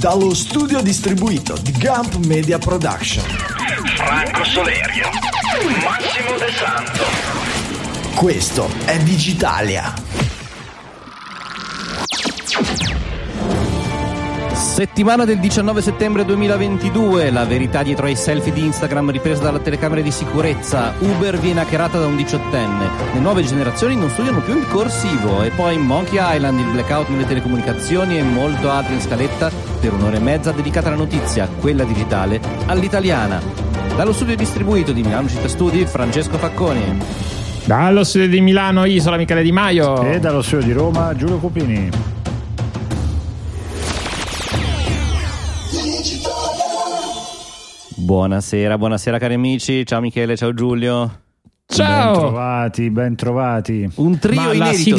dallo studio distribuito di Gump Media Production. Franco Solerio, Massimo De Santo. Questo è Digitalia. Settimana del 19 settembre 2022, la verità dietro ai selfie di Instagram ripresa dalla telecamera di sicurezza, Uber viene hackerata da un 18enne, le nuove generazioni non studiano più il corsivo e poi Monkey Island, il blackout nelle telecomunicazioni e molto altro in scaletta per un'ora e mezza dedicata alla notizia, quella digitale, all'italiana. Dallo studio distribuito di Milano Città Studi, Francesco Facconi. Dallo studio di Milano, Isola, Michele Di Maio. E dallo studio di Roma, Giulio Cupini. Buonasera cari amici, ciao Michele, ciao Giulio. Ciao. Ben trovati. Un trio inedito,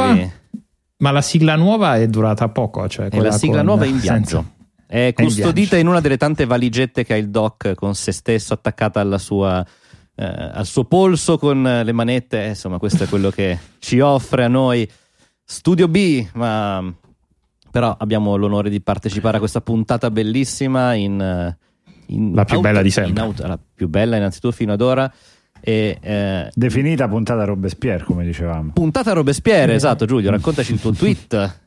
ma la sigla nuova è durata poco, cioè la sigla nuova è in viaggio. È custodita in una delle tante valigette che ha il doc con se stesso attaccata al suo polso con le manette, insomma questo è quello che ci offre a noi Studio B, ma però abbiamo l'onore di partecipare a questa puntata bellissima la più bella di sempre, la più bella innanzitutto fino ad ora, e definita puntata Robespierre, come dicevamo. Puntata Robespierre, esatto. Giulio, raccontaci il tuo tweet.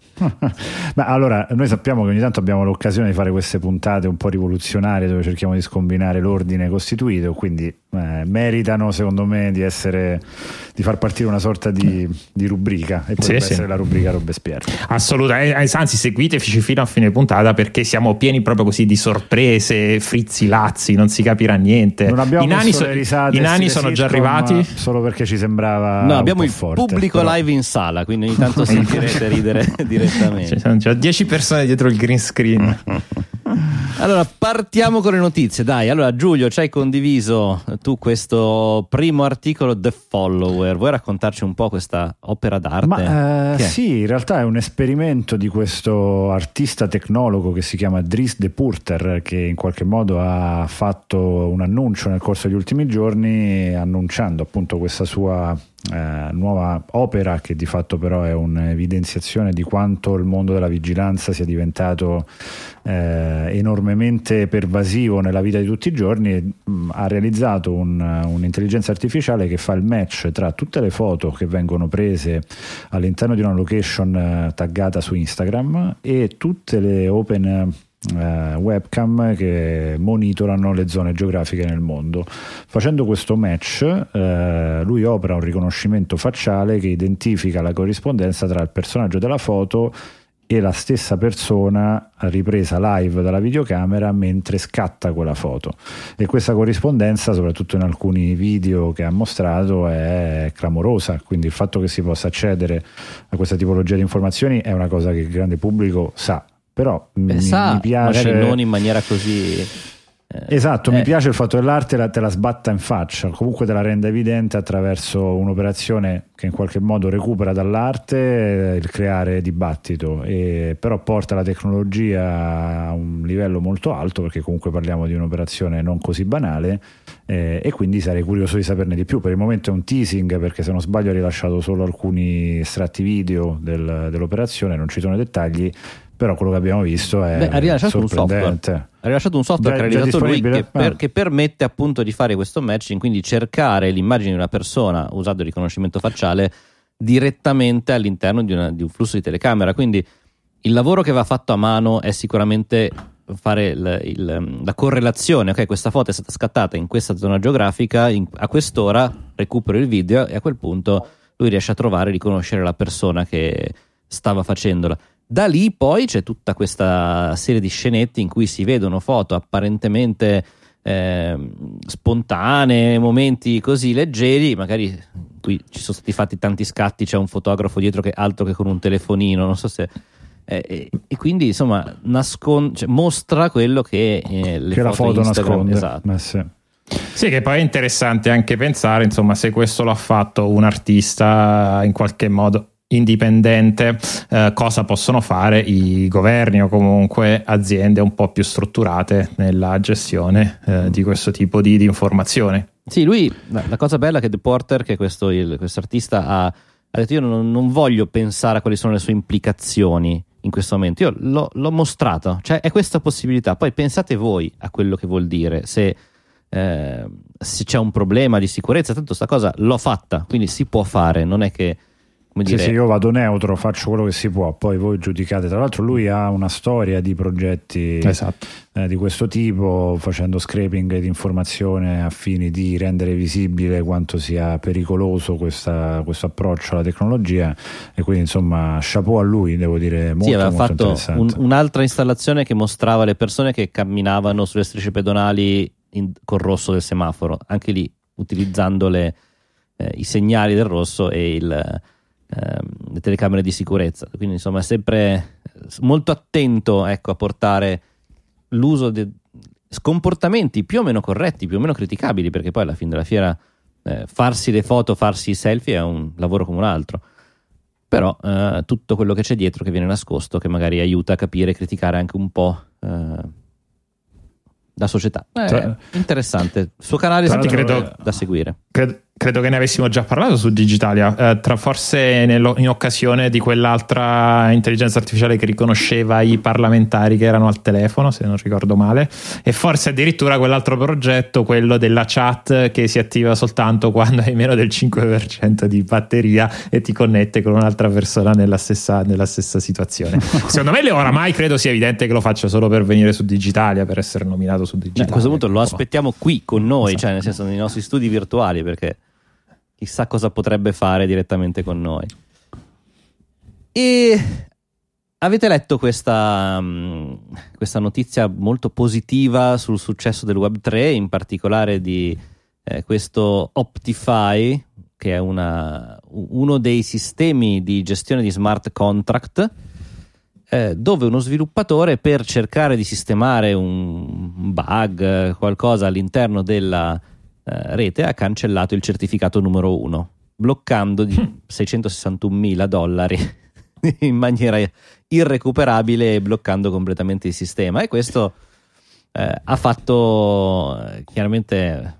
Ma allora, noi sappiamo che ogni tanto abbiamo l'occasione di fare queste puntate un po' rivoluzionarie dove cerchiamo di scombinare l'ordine costituito, quindi meritano secondo me di far partire una sorta di rubrica, e potrebbe essere la rubrica Robespierre. Assolutamente, anzi seguiteci fino a fine puntata perché siamo pieni proprio così di sorprese, frizzi lazzi, non si capirà niente. Non abbiamo messo le risate, i nani sono già arrivati solo perché ci sembrava no, abbiamo il forte, pubblico però live in sala, quindi ogni tanto sentirete ridere direttamente. Ci sono già 10 persone dietro il green screen. Allora partiamo con le notizie, dai. Allora Giulio, ci hai condiviso tu questo primo articolo, The Follower. Vuoi raccontarci un po' questa opera d'arte? Sì, in realtà è un esperimento di questo artista tecnologo che si chiama Dries de Purter, che in qualche modo ha fatto un annuncio nel corso degli ultimi giorni, annunciando appunto questa sua nuova opera, che di fatto però è un'evidenziazione di quanto il mondo della vigilanza sia diventato enormemente pervasivo nella vita di tutti i giorni. Ha realizzato un'intelligenza artificiale che fa il match tra tutte le foto che vengono prese all'interno di una location taggata su Instagram e tutte le open webcam che monitorano le zone geografiche nel mondo. Facendo questo match lui opera un riconoscimento facciale che identifica la corrispondenza tra il personaggio della foto e la stessa persona ripresa live dalla videocamera mentre scatta quella foto, e questa corrispondenza, soprattutto in alcuni video che ha mostrato, è clamorosa. Quindi il fatto che si possa accedere a questa tipologia di informazioni è una cosa che il grande pubblico sa, però mi piace, magari non in maniera così esatto, mi piace il fatto che l'arte te la sbatta in faccia, comunque te la renda evidente attraverso un'operazione che in qualche modo recupera dall'arte il creare dibattito, e però porta la tecnologia a un livello molto alto, perché comunque parliamo di un'operazione non così banale, e quindi sarei curioso di saperne di più. Per il momento è un teasing, perché se non sbaglio ha rilasciato solo alcuni estratti video dell'operazione, non ci sono dettagli, però quello che abbiamo visto è sorprendente. Ha rilasciato un software che ha realizzato lui che permette appunto di fare questo matching, quindi cercare l'immagine di una persona usando il riconoscimento facciale direttamente all'interno di un flusso di telecamera. Quindi il lavoro che va fatto a mano è sicuramente fare la correlazione. Ok, questa foto è stata scattata in questa zona geografica a quest'ora, recupero il video e a quel punto lui riesce a trovare e riconoscere la persona che stava facendola. Da lì poi c'è tutta questa serie di scenetti in cui si vedono foto apparentemente spontanee, momenti così leggeri, magari qui ci sono stati fatti tanti scatti, c'è un fotografo dietro che altro che con un telefonino, non so se e quindi insomma mostra quello che la foto nasconde. Esatto. Sì, che poi è interessante anche pensare, insomma, se questo lo ha fatto un artista in qualche modo indipendente, cosa possono fare i governi o comunque aziende un po' più strutturate nella gestione di questo tipo di informazioni. Sì, lui, la cosa bella che The Porter, che questo artista ha detto: io non voglio pensare a quali sono le sue implicazioni, in questo momento. Io l'ho mostrato, cioè è questa possibilità. Poi pensate voi a quello che vuol dire, se c'è un problema di sicurezza. Tanto sta cosa l'ho fatta, quindi si può fare, non è che, come dire... Sì, io vado neutro, faccio quello che si può, poi voi giudicate. Tra l'altro lui ha una storia di progetti, esatto, di questo tipo, facendo scraping di informazione a fini di rendere visibile quanto sia pericoloso questo approccio alla tecnologia, e quindi insomma chapeau a lui, devo dire, molto, aveva molto fatto interessante. Un'altra installazione che mostrava le persone che camminavano sulle strisce pedonali col rosso del semaforo, anche lì utilizzando i segnali del rosso e le telecamere di sicurezza. Quindi insomma è sempre molto attento, ecco, a portare l'uso di comportamenti più o meno corretti, più o meno criticabili, perché poi alla fine della fiera farsi le foto, farsi i selfie è un lavoro come un altro, però tutto quello che c'è dietro, che viene nascosto, che magari aiuta a capire e criticare anche un po' la società. Interessante. Il suo canale è credo da seguire. Credo che ne avessimo già parlato su Digitalia, forse in occasione di quell'altra intelligenza artificiale che riconosceva i parlamentari che erano al telefono, se non ricordo male, e forse addirittura quell'altro progetto, quello della chat che si attiva soltanto quando hai meno del 5% di batteria e ti connette con un'altra persona nella stessa situazione. Secondo me oramai credo sia evidente che lo faccia solo per venire su Digitalia, per essere nominato su Digitalia. A questo punto lo aspettiamo qui con noi, cioè nel senso nei nostri studi virtuali, perché chissà cosa potrebbe fare direttamente con noi. E avete letto questa notizia molto positiva sul successo del Web3, in particolare di questo Optify, che è uno dei sistemi di gestione di smart contract, dove uno sviluppatore, per cercare di sistemare un bug, qualcosa all'interno della rete, ha cancellato il certificato numero 1, bloccando di $661.000 in maniera irrecuperabile e bloccando completamente il sistema. E questo ha fatto chiaramente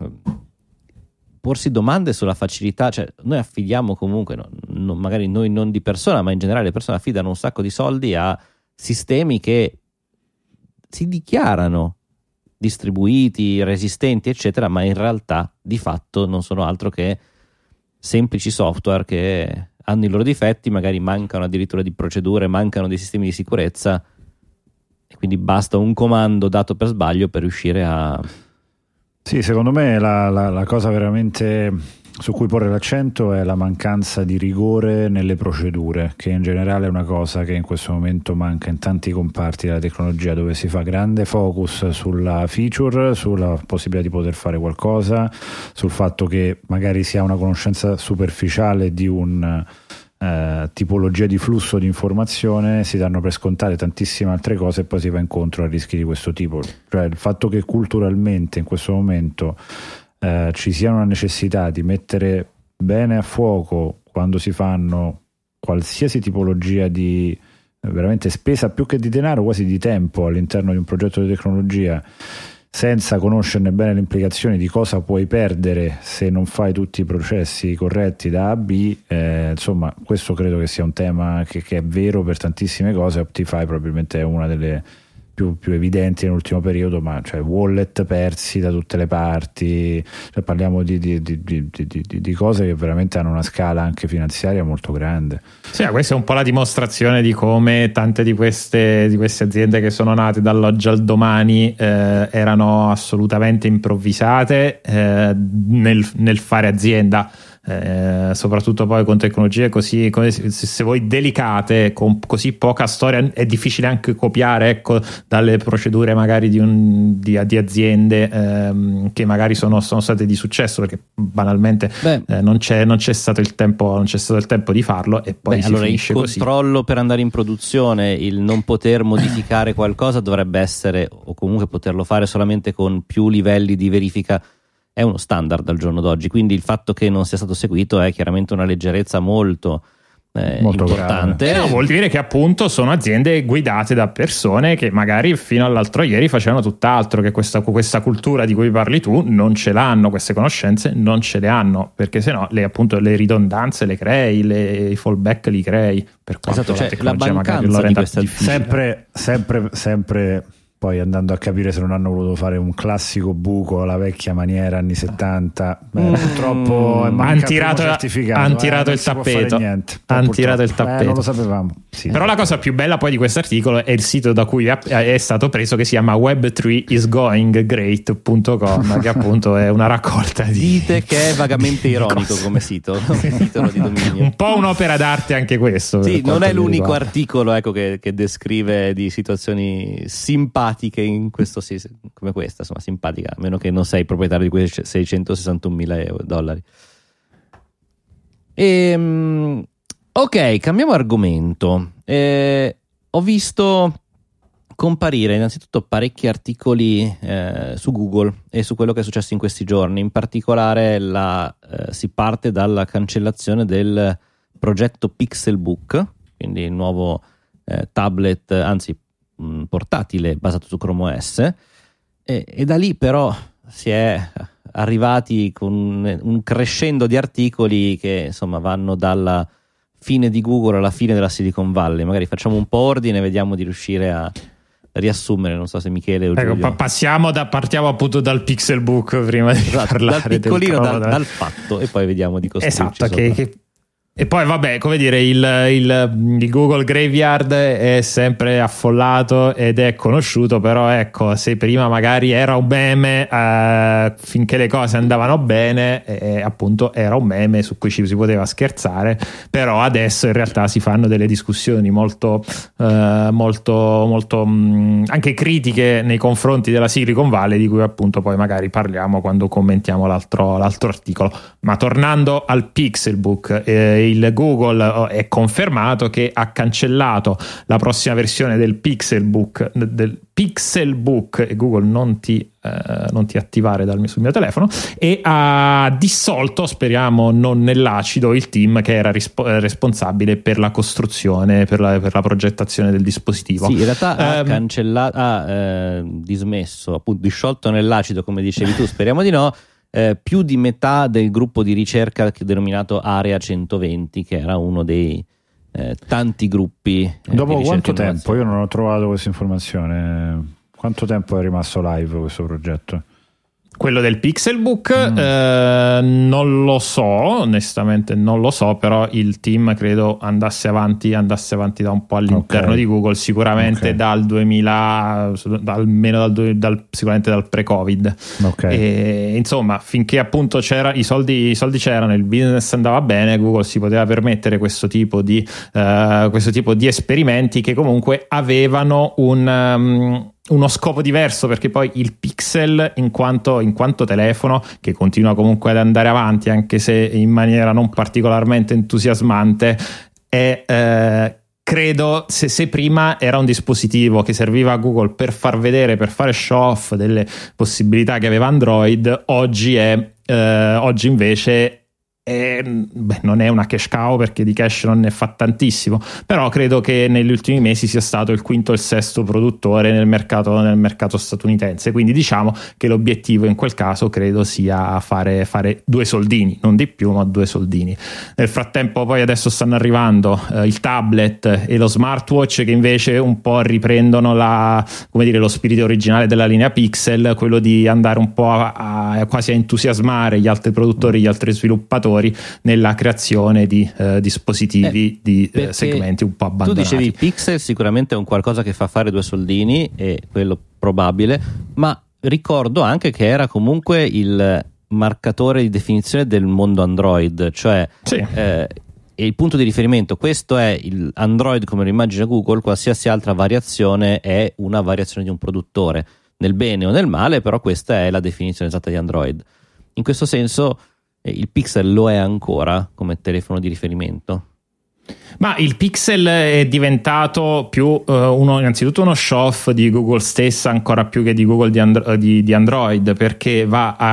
porsi domande sulla facilità. Cioè, noi affidiamo comunque, magari noi non di persona, ma in generale le persone affidano un sacco di soldi a sistemi che si dichiarano distribuiti, resistenti, eccetera, ma in realtà di fatto non sono altro che semplici software che hanno i loro difetti, magari mancano addirittura di procedure, mancano dei sistemi di sicurezza, e quindi basta un comando dato per sbaglio per riuscire a... Sì, secondo me la cosa veramente su cui porre l'accento è la mancanza di rigore nelle procedure, che in generale è una cosa che in questo momento manca in tanti comparti della tecnologia, dove si fa grande focus sulla feature, sulla possibilità di poter fare qualcosa, sul fatto che magari si ha una conoscenza superficiale di un tipologia di flusso di informazione, si danno per scontate tantissime altre cose e poi si va incontro a rischi di questo tipo. Cioè il fatto che culturalmente in questo momento ci sia una necessità di mettere bene a fuoco, quando si fanno qualsiasi tipologia di veramente spesa, più che di denaro, quasi di tempo all'interno di un progetto di tecnologia, senza conoscerne bene le implicazioni di cosa puoi perdere se non fai tutti i processi corretti da A a B, insomma questo credo che sia un tema che è vero per tantissime cose. Optify probabilmente è una delle più evidenti nell'ultimo periodo, ma cioè wallet persi da tutte le parti, cioè parliamo di cose che veramente hanno una scala anche finanziaria molto grande. Sì, questa è un po' la dimostrazione di come tante di queste aziende che sono nate dall'oggi al domani erano assolutamente improvvisate nel fare azienda. Soprattutto poi con tecnologie così, se vuoi, delicate, con così poca storia, è difficile anche copiare, ecco, dalle procedure magari di aziende che magari sono state di successo, perché banalmente non c'è stato il tempo di farlo, e poi si finisce così. Il controllo per andare in produzione, il non poter modificare qualcosa dovrebbe essere, o comunque poterlo fare solamente con più livelli di verifica, è uno standard al giorno d'oggi. Quindi il fatto che non sia stato seguito è chiaramente una leggerezza molto molto importante. No, vuol dire che appunto sono aziende guidate da persone che magari fino all'altro ieri facevano tutt'altro, che questa cultura di cui parli tu non ce l'hanno, queste conoscenze non ce le hanno, perché sennò le ridondanze le crei, i fallback li crei, per quanto esatto, la tecnologia magari lo renda difficile. Sempre poi andando a capire se non hanno voluto fare un classico buco alla vecchia maniera anni 70, purtroppo hanno tirato il tappeto, non lo sapevamo. Sì. Però la cosa più bella poi di questo articolo è il sito da cui è stato preso, che si chiama web3isgoinggreat.com, che appunto è una raccolta di... Dite che è vagamente ironico come sito, titolo di dominio. Un po' un'opera d'arte anche questo. Sì, non è l'unico articolo, ecco, che descrive di situazioni simpatiche in questo come questa, insomma, simpatica, a meno che non sei proprietario di quei $661.000. Ok, cambiamo argomento. Ho visto comparire innanzitutto parecchi articoli su Google e su quello che è successo in questi giorni. In particolare si parte dalla cancellazione del progetto Pixelbook, quindi il nuovo tablet, anzi portatile basato su Chrome OS, e da lì però si è arrivati con un crescendo di articoli che insomma vanno dalla fine di Google alla fine della Silicon Valley. Magari facciamo un po' ordine, vediamo di riuscire a riassumere, non so se Michele o Giulio. Partiamo appunto dal Pixelbook prima di parlare dal piccolino, dal fatto, e poi vediamo di costruirci. Esatto, e poi vabbè, come dire, il Google Graveyard è sempre affollato ed è conosciuto, però ecco, se prima magari era un meme finché le cose andavano bene, appunto era un meme su cui ci si poteva scherzare, però adesso in realtà si fanno delle discussioni molto anche critiche nei confronti della Silicon Valley, di cui appunto poi magari parliamo quando commentiamo l'altro articolo. Ma tornando al Pixelbook, il Google è confermato che ha cancellato la prossima versione del Pixelbook, e Google non ti attivare sul mio telefono, e ha dissolto, speriamo non nell'acido, il team che era responsabile per la costruzione, per la progettazione del dispositivo. Sì, in realtà ha cancellato, dismesso, appunto disciolto nell'acido, come dicevi tu, speriamo di no, più di metà del gruppo di ricerca denominato Area 120, che era uno dei tanti gruppi. Dopo quanto tempo? Io non ho trovato questa informazione. Quanto tempo è rimasto live questo progetto? Quello del Pixelbook non lo so, onestamente non lo so, però il team credo andasse avanti da un po' all'interno di Google, sicuramente dal 2000, sicuramente dal pre-Covid. E, insomma, finché appunto i soldi c'erano, il business andava bene, Google si poteva permettere questo tipo di esperimenti che comunque avevano uno scopo diverso, perché poi il Pixel in quanto telefono, che continua comunque ad andare avanti anche se in maniera non particolarmente entusiasmante, è credo se prima era un dispositivo che serviva a Google per far vedere, per fare show off delle possibilità che aveva Android, oggi invece non è una cash cow, perché di cash non ne fa tantissimo, però credo che negli ultimi mesi sia stato il quinto o il sesto produttore nel mercato statunitense, quindi diciamo che l'obiettivo in quel caso credo sia fare 2 soldini, non di più, ma 2 soldini. Nel frattempo poi adesso stanno arrivando il tablet e lo smartwatch, che invece un po' riprendono lo spirito originale della linea Pixel, quello di andare un po' quasi a entusiasmare gli altri produttori, gli altri sviluppatori nella creazione di dispositivi di segmenti un po' abbandonati. Tu dicevi Pixel sicuramente è un qualcosa che fa fare 2 soldini, e quello probabile, ma ricordo anche che era comunque il marcatore di definizione del mondo Android, cioè e il punto di riferimento. Questo è il Android come lo immagina Google, qualsiasi altra variazione è una variazione di un produttore, nel bene o nel male, però questa è la definizione esatta di Android. In questo senso il Pixel lo è ancora come telefono di riferimento? Ma il Pixel è diventato più innanzitutto uno show off di Google stessa, ancora più che di Google di Android, perché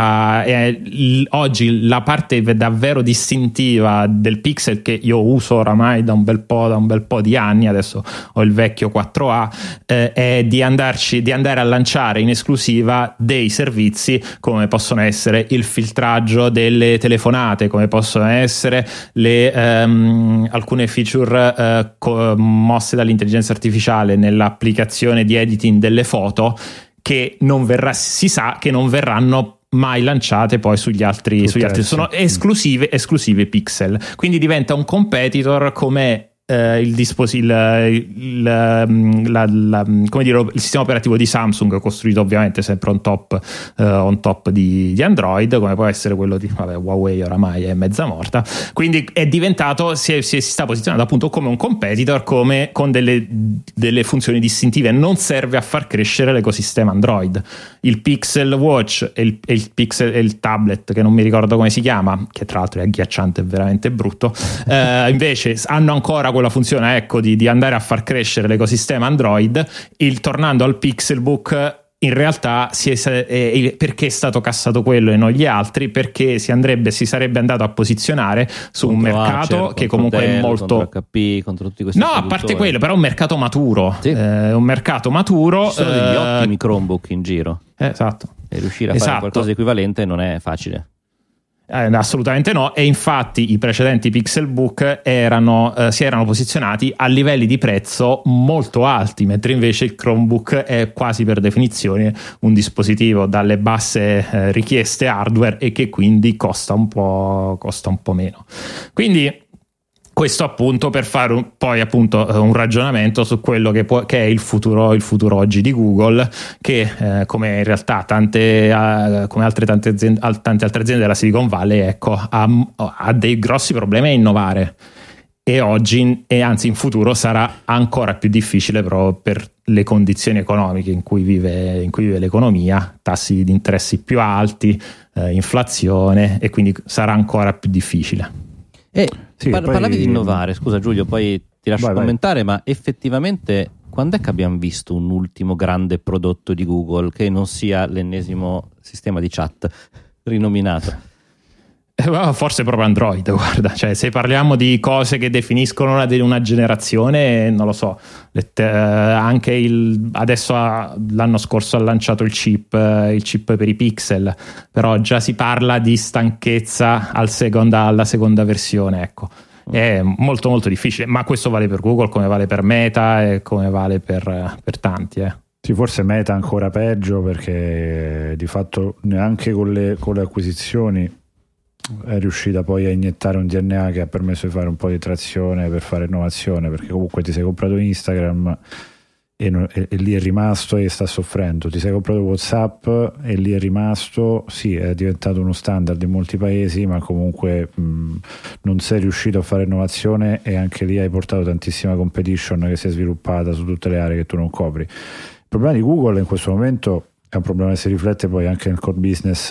oggi la parte davvero distintiva del Pixel, che io uso oramai da un bel po' di anni, adesso ho il vecchio 4A, è di andare a lanciare in esclusiva dei servizi come possono essere il filtraggio delle telefonate, come possono essere alcune feature mosse dall'intelligenza artificiale nell'applicazione di editing delle foto, che si sa che non verranno mai lanciate poi sugli altri sono esclusive Pixel, quindi diventa un competitor come il sistema operativo di Samsung, costruito ovviamente sempre on top di Android, come può essere quello di Huawei, oramai è mezza morta, quindi è diventato, si sta posizionando appunto come un competitor, come con delle funzioni distintive. Non serve a far crescere l'ecosistema Android. Il Pixel Watch e il tablet, che non mi ricordo come si chiama, che tra l'altro è agghiacciante, è veramente brutto, invece hanno ancora quella funzione, ecco, di andare a far crescere l'ecosistema Android. Tornando al Pixelbook, in realtà perché è stato cassato quello e non gli altri? Perché si sarebbe andato a posizionare su un mercato che comunque è molto HP, contro tutti questi a parte quello, però è un mercato maturo, sì. Un mercato maturo. Ci sono degli ottimi Chromebook in giro, esatto, e riuscire a fare qualcosa di equivalente non è facile. Assolutamente no, e infatti i precedenti Pixelbook si erano posizionati a livelli di prezzo molto alti, mentre invece il Chromebook è quasi per definizione un dispositivo dalle basse richieste hardware e che quindi costa un po' meno. Quindi questo appunto per fare poi appunto un ragionamento su quello che è il futuro oggi di Google, che come in realtà tante altre aziende della Silicon Valley, ecco, ha dei grossi problemi a innovare, e oggi, e anzi in futuro, sarà ancora più difficile proprio per le condizioni economiche in cui vive l'economia, tassi di interessi più alti, inflazione, e quindi sarà ancora più difficile. Parlavi di innovare, scusa Giulio, poi ti lascio commentare, ma effettivamente quando è che abbiamo visto un ultimo grande prodotto di Google che non sia l'ennesimo sistema di chat rinominato? Forse proprio Android, guarda, cioè se parliamo di cose che definiscono una generazione, non lo so, anche adesso l'anno scorso ha lanciato il chip per i Pixel, però già si parla di stanchezza alla seconda versione, ecco. È molto molto difficile, ma questo vale per Google come vale per Meta e come vale per tanti, Sì, forse Meta ancora peggio, perché di fatto neanche con le acquisizioni è riuscita poi a iniettare un DNA che ha permesso di fare un po' di trazione per fare innovazione, perché comunque ti sei comprato Instagram e lì è rimasto e sta soffrendo, ti sei comprato WhatsApp e lì è rimasto, sì, è diventato uno standard in molti paesi, ma comunque non sei riuscito a fare innovazione, e anche lì hai portato tantissima competition che si è sviluppata su tutte le aree che tu non copri. Il problema di Google in questo momento è un problema che si riflette poi anche nel core business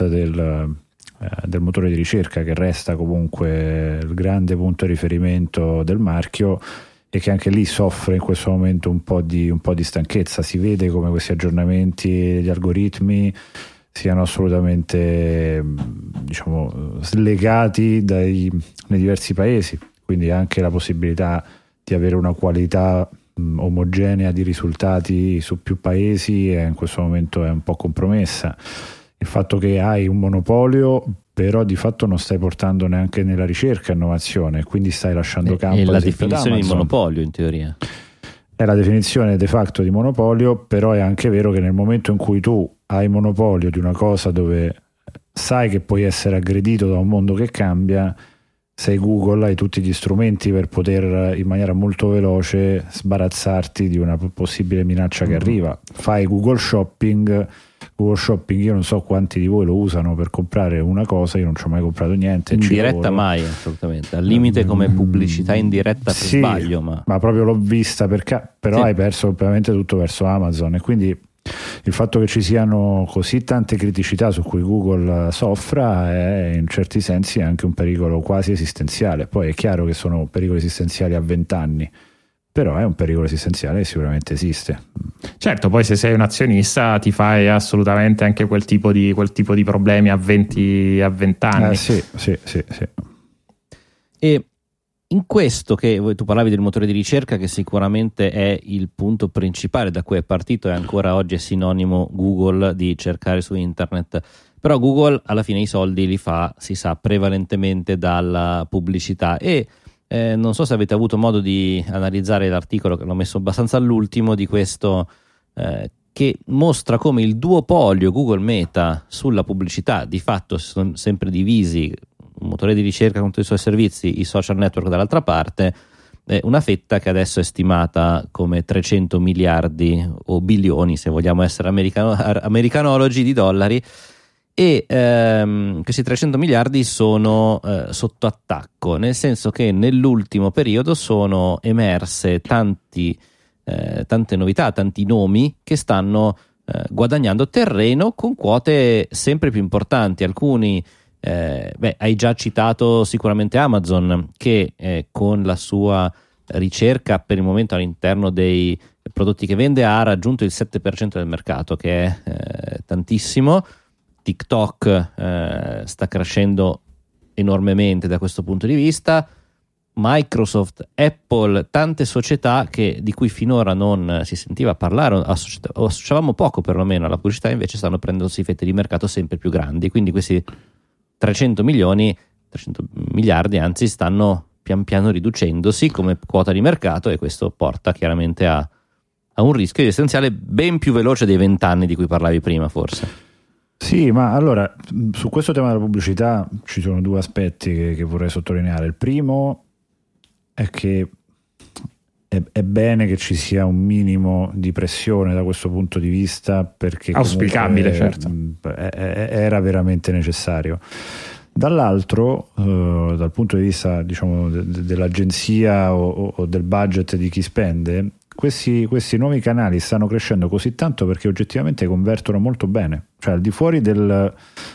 del motore di ricerca, che resta comunque il grande punto di riferimento del marchio, e che anche lì soffre in questo momento un po' di stanchezza. Si vede come questi aggiornamenti degli algoritmi siano assolutamente, diciamo, slegati nei diversi paesi, quindi anche la possibilità di avere una qualità omogenea di risultati su più paesi in questo momento è un po' compromessa. Il fatto che hai un monopolio, però di fatto non stai portando neanche nella ricerca innovazione, quindi stai lasciando campo. È la definizione di monopolio, in teoria. È la definizione de facto di monopolio, però è anche vero che nel momento in cui tu hai monopolio di una cosa dove sai che puoi essere aggredito da un mondo che cambia, sei Google, hai tutti gli strumenti per poter in maniera molto veloce sbarazzarti di una possibile minaccia che arriva. Fai Google Shopping, io non so quanti di voi lo usano per comprare una cosa, io non ci ho mai comprato niente. In diretta mai, assolutamente, al limite come pubblicità in diretta per sbaglio, ma proprio l'ho vista però sì. Hai perso ovviamente tutto verso Amazon, e quindi il fatto che ci siano così tante criticità su cui Google soffra è in certi sensi anche un pericolo quasi esistenziale. Poi è chiaro che sono pericoli esistenziali a 20 anni, però è un pericolo esistenziale che sicuramente esiste. Certo, poi se sei un azionista ti fai assolutamente anche quel tipo di problemi a 20 anni. Sì. E in questo, che tu parlavi del motore di ricerca, che sicuramente è il punto principale da cui è partito e ancora oggi è sinonimo Google di cercare su internet, però Google alla fine i soldi li fa, si sa, prevalentemente dalla pubblicità. E non so se avete avuto modo di analizzare l'articolo, che l'ho messo abbastanza all'ultimo, di questo che mostra come il duopolio Google Meta sulla pubblicità di fatto sono sempre divisi, un motore di ricerca con tutti i suoi servizi, i social network dall'altra parte, una fetta che adesso è stimata come 300 miliardi o bilioni, se vogliamo essere americanologi, di dollari. E questi 300 miliardi sono sotto attacco, nel senso che nell'ultimo periodo sono emerse tante novità, tanti nomi che stanno guadagnando terreno con quote sempre più importanti. Alcuni hai già citato sicuramente Amazon, che con la sua ricerca per il momento all'interno dei prodotti che vende ha raggiunto il 7% del mercato, che è tantissimo. TikTok sta crescendo enormemente da questo punto di vista. Microsoft, Apple, tante società di cui finora non si sentiva parlare o associavamo poco perlomeno alla pubblicità, invece stanno prendendosi fette di mercato sempre più grandi. Quindi questi 300 miliardi anzi stanno pian piano riducendosi come quota di mercato, e questo porta chiaramente a un rischio esistenziale ben più veloce dei 20 anni di cui parlavi prima, forse. Sì, ma allora su questo tema della pubblicità ci sono due aspetti che vorrei sottolineare. Il primo è che è bene che ci sia un minimo di pressione da questo punto di vista, perché auspicabile, certo, era veramente necessario. Dall'altro, dal punto di vista, diciamo, dell'agenzia o del budget di chi spende, questi nuovi canali stanno crescendo così tanto perché oggettivamente convertono molto bene, cioè al di fuori del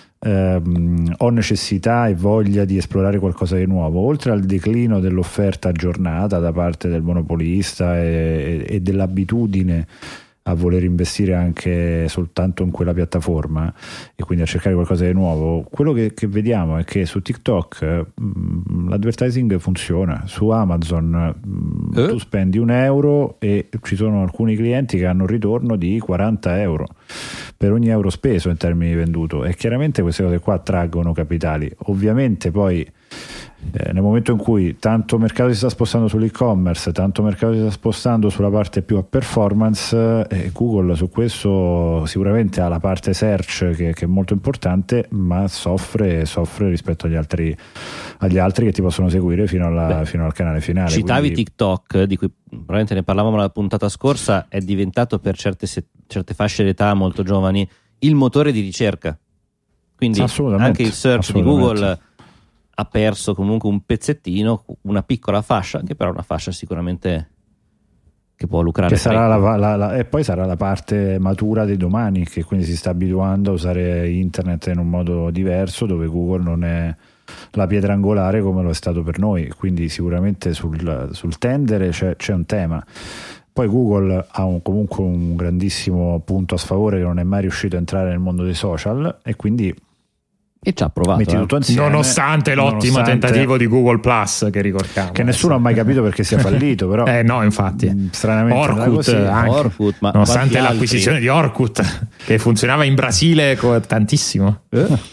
ho necessità e voglia di esplorare qualcosa di nuovo, oltre al declino dell'offerta aggiornata da parte del monopolista e dell'abitudine a voler investire anche soltanto in quella piattaforma e quindi a cercare qualcosa di nuovo, quello che vediamo è che su TikTok l'advertising funziona, su Amazon tu spendi €1 e ci sono alcuni clienti che hanno un ritorno di €40 per ogni euro speso in termini di venduto, e chiaramente queste cose qua attraggono capitali. Ovviamente poi nel momento in cui tanto mercato si sta spostando sull'e-commerce, tanto mercato si sta spostando sulla parte più a performance, Google su questo sicuramente ha la parte search che è molto importante, ma soffre rispetto agli altri che ti possono seguire fino al canale finale. Citavi quindi TikTok, di cui probabilmente ne parlavamo la puntata scorsa, è diventato per certe fasce d'età molto giovani il motore di ricerca, quindi anche il search di Google ha perso comunque un pezzettino, una piccola fascia, che però è una fascia sicuramente che può lucrare. Che sarà e poi sarà la parte matura dei domani, che quindi si sta abituando a usare internet in un modo diverso, dove Google non è la pietra angolare come lo è stato per noi, quindi sicuramente sul tendere c'è un tema. Poi Google ha comunque un grandissimo punto a sfavore, che non è mai riuscito a entrare nel mondo dei social, e quindi ci ha provato nonostante l'ottimo tentativo di Google Plus, che ricordiamo, che nessuno ha mai capito perché sia fallito, però no, infatti stranamente Orkut, nonostante l'acquisizione di Orkut, che funzionava in Brasile tantissimo.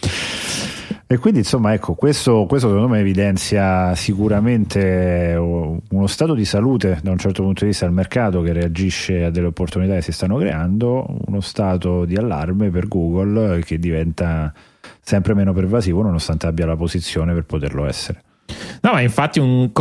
E quindi insomma, ecco, questo secondo me evidenzia sicuramente uno stato di salute da un certo punto di vista del mercato, che reagisce a delle opportunità che si stanno creando, uno stato di allarme per Google che diventa sempre meno pervasivo, nonostante abbia la posizione per poterlo essere. No, ma infatti noi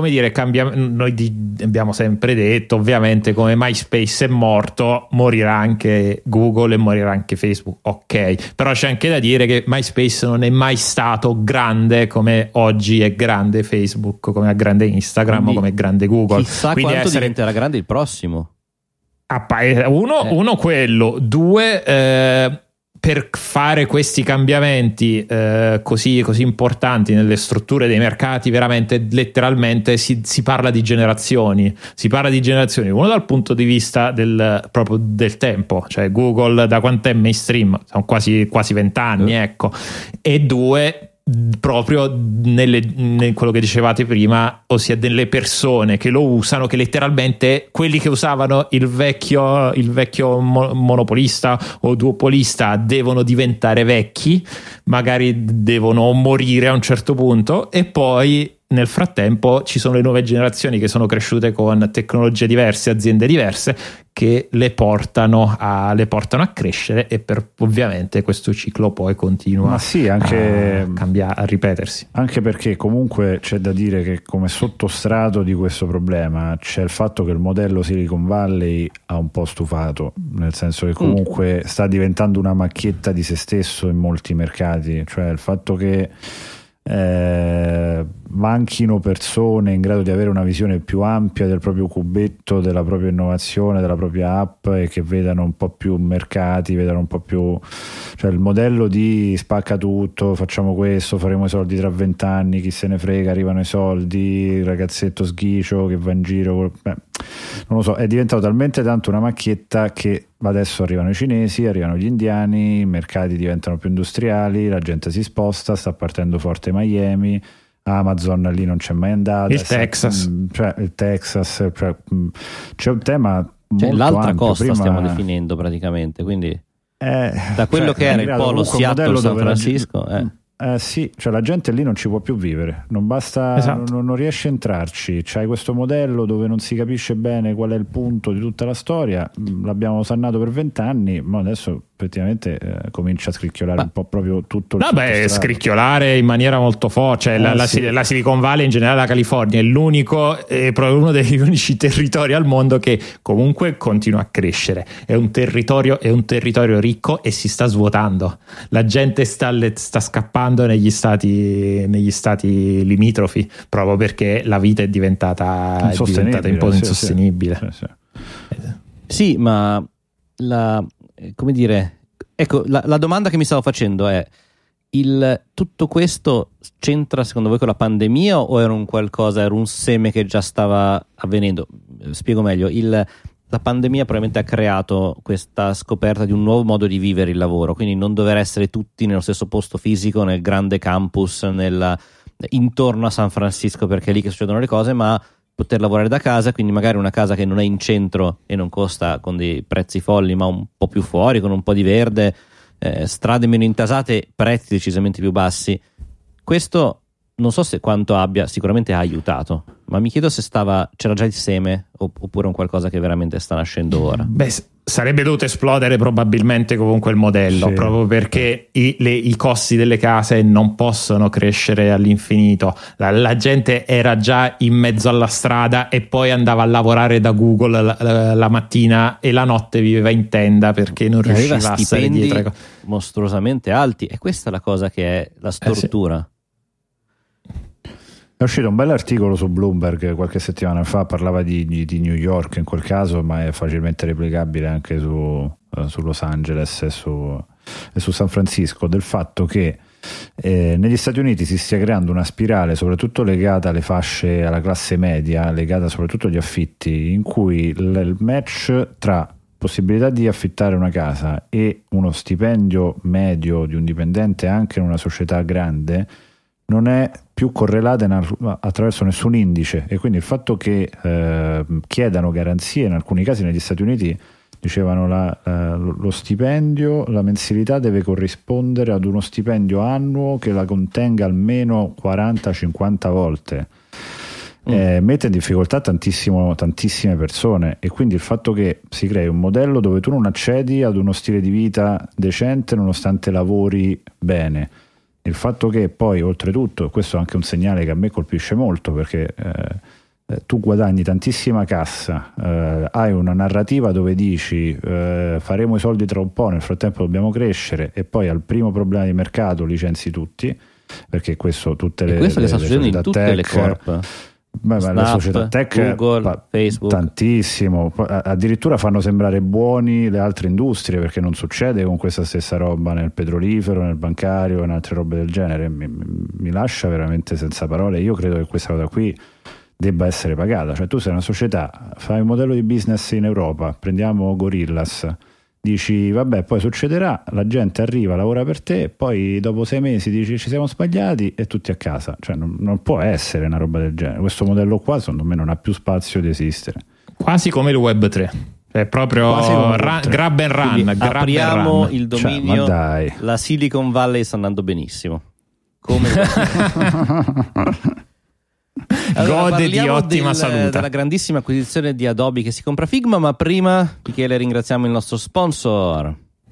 abbiamo sempre detto, ovviamente, come MySpace è morto, morirà anche Google e morirà anche Facebook, ok, però c'è anche da dire che MySpace non è mai stato grande come oggi è grande Facebook, come è grande Instagram, quindi, o come è grande Google. Chissà quindi quanto diventerà grande il prossimo. Uno quello, due per fare questi cambiamenti così importanti nelle strutture dei mercati, veramente letteralmente si parla di generazioni, uno dal punto di vista proprio del tempo, cioè Google da quant'è mainstream? Sono quasi 20 anni, ecco, e due proprio nel quello che dicevate prima, ossia delle persone che lo usano, che letteralmente quelli che usavano il vecchio monopolista o duopolista devono diventare vecchi, magari devono morire a un certo punto, e poi nel frattempo ci sono le nuove generazioni che sono cresciute con tecnologie diverse, aziende diverse, che le portano a crescere, e ovviamente questo ciclo poi continua a ripetersi. Anche perché comunque c'è da dire che come sottostrato di questo problema c'è il fatto che il modello Silicon Valley ha un po' stufato, nel senso che comunque sta diventando una macchietta di se stesso in molti mercati, cioè il fatto che manchino persone in grado di avere una visione più ampia del proprio cubetto, della propria innovazione, della propria app, e che vedano un po' più mercati, vedano un po' più, cioè il modello di spacca tutto, facciamo questo, faremo i soldi tra 20 anni, chi se ne frega, arrivano i soldi, il ragazzetto sghicio che va in giro, non lo so, è diventato talmente tanto una macchietta che adesso arrivano i cinesi, arrivano gli indiani, i mercati diventano più industriali, la gente si sposta, sta partendo forte Miami, Amazon lì non c'è mai andata, il Texas, c'è un tema molto l'altra ampio. Costa stiamo definendo praticamente, quindi da quello che era il polo Seattle, San Francisco sì, cioè la gente lì non ci può più vivere, non basta, esatto. non riesce a entrarci, c'hai questo modello dove non si capisce bene qual è il punto di tutta la storia, l'abbiamo sannato per 20 anni, ma adesso effettivamente comincia a scricchiolare un po' proprio tutto il scricchiolare in maniera molto forte, cioè la Silicon Valley, in generale la California, è proprio uno degli unici territori al mondo che comunque continua a crescere, è un territorio ricco e si sta svuotando, la gente sta scappando negli stati limitrofi, proprio perché la vita è diventata un po' insostenibile. Sì, ma come dire, ecco, la domanda che mi stavo facendo è: tutto questo c'entra secondo voi con la pandemia, o era un seme che già stava avvenendo? Spiego meglio. La pandemia probabilmente ha creato questa scoperta di un nuovo modo di vivere il lavoro, quindi non dover essere tutti nello stesso posto fisico, nel grande campus, intorno a San Francisco, perché è lì che succedono le cose, ma poter lavorare da casa, quindi magari una casa che non è in centro e non costa con dei prezzi folli, ma un po' più fuori, con un po' di verde, strade meno intasate, prezzi decisamente più bassi. Questo non so se quanto sicuramente ha aiutato, ma mi chiedo se c'era già il seme oppure un qualcosa che veramente sta nascendo ora. Sarebbe dovuto esplodere probabilmente comunque il modello, proprio perché i costi delle case non possono crescere all'infinito. La gente era già in mezzo alla strada e poi andava a lavorare da Google la mattina e la notte viveva in tenda perché non riusciva a stare dietro mostruosamente alti, e questa è la cosa che è la stortura. È uscito un bell'articolo su Bloomberg qualche settimana fa, parlava di New York in quel caso, ma è facilmente replicabile anche su Los Angeles e su San Francisco, del fatto che negli Stati Uniti si stia creando una spirale soprattutto legata alle fasce, alla classe media, legata soprattutto agli affitti, in cui il match tra possibilità di affittare una casa e uno stipendio medio di un dipendente anche in una società grande non è più correlata attraverso nessun indice, e quindi il fatto che chiedano garanzie in alcuni casi negli Stati Uniti, dicevano lo stipendio, la mensilità deve corrispondere ad uno stipendio annuo che la contenga almeno 40-50 volte. Mette in difficoltà tantissime persone, e quindi il fatto che si crei un modello dove tu non accedi ad uno stile di vita decente nonostante lavori bene, il fatto che poi oltretutto, questo è anche un segnale che a me colpisce molto, perché tu guadagni tantissima cassa, hai una narrativa dove dici faremo i soldi tra un po', nel frattempo dobbiamo crescere, e poi al primo problema di mercato licenzi tutti, perché questo che sta succedendo in tutte le corp. Snap, le società tech, Google, Facebook, tantissimo, addirittura fanno sembrare buoni le altre industrie, perché non succede con questa stessa roba nel petrolifero, nel bancario e in altre robe del genere. Mi lascia veramente senza parole. Io credo che questa cosa qui debba essere pagata. Cioè, tu sei una società, fai un modello di business in Europa, prendiamo Gorillas, dici vabbè, poi succederà, la gente arriva, lavora per te, poi dopo 6 mesi dici ci siamo sbagliati e tutti a casa. Cioè non può essere una roba del genere. Questo modello qua secondo me non ha più spazio di esistere. Quasi come il Web 3, è proprio grab and run. Apriamo il dominio, cioè, la Silicon Valley sta andando benissimo, come allora, gode di ottima salute, della grandissima acquisizione di Adobe che si compra Figma. Ma prima, Michele, ringraziamo il nostro sponsor.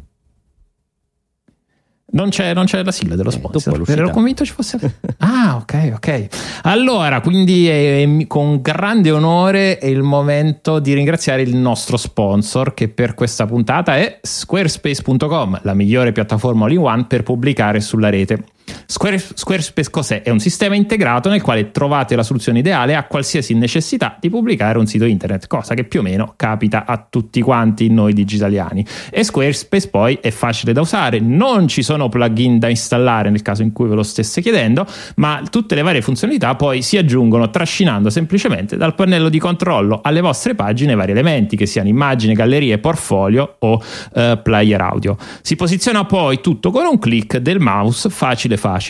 Non c'è la sigla dello sponsor. Ero convinto ci fosse. Ah, ok. Allora, quindi con grande onore è il momento di ringraziare il nostro sponsor, che per questa puntata è Squarespace.com, la migliore piattaforma all-in-one per pubblicare sulla rete. Squarespace cos'è? È un sistema integrato nel quale trovate la soluzione ideale a qualsiasi necessità di pubblicare un sito internet, cosa che più o meno capita a tutti quanti noi digitaliani. E Squarespace poi è facile da usare, non ci sono plugin da installare nel caso in cui ve lo stesse chiedendo, ma tutte le varie funzionalità poi si aggiungono trascinando semplicemente dal pannello di controllo alle vostre pagine vari elementi, che siano immagini, gallerie, portfolio o player audio. Si posiziona poi tutto con un click del mouse, facile.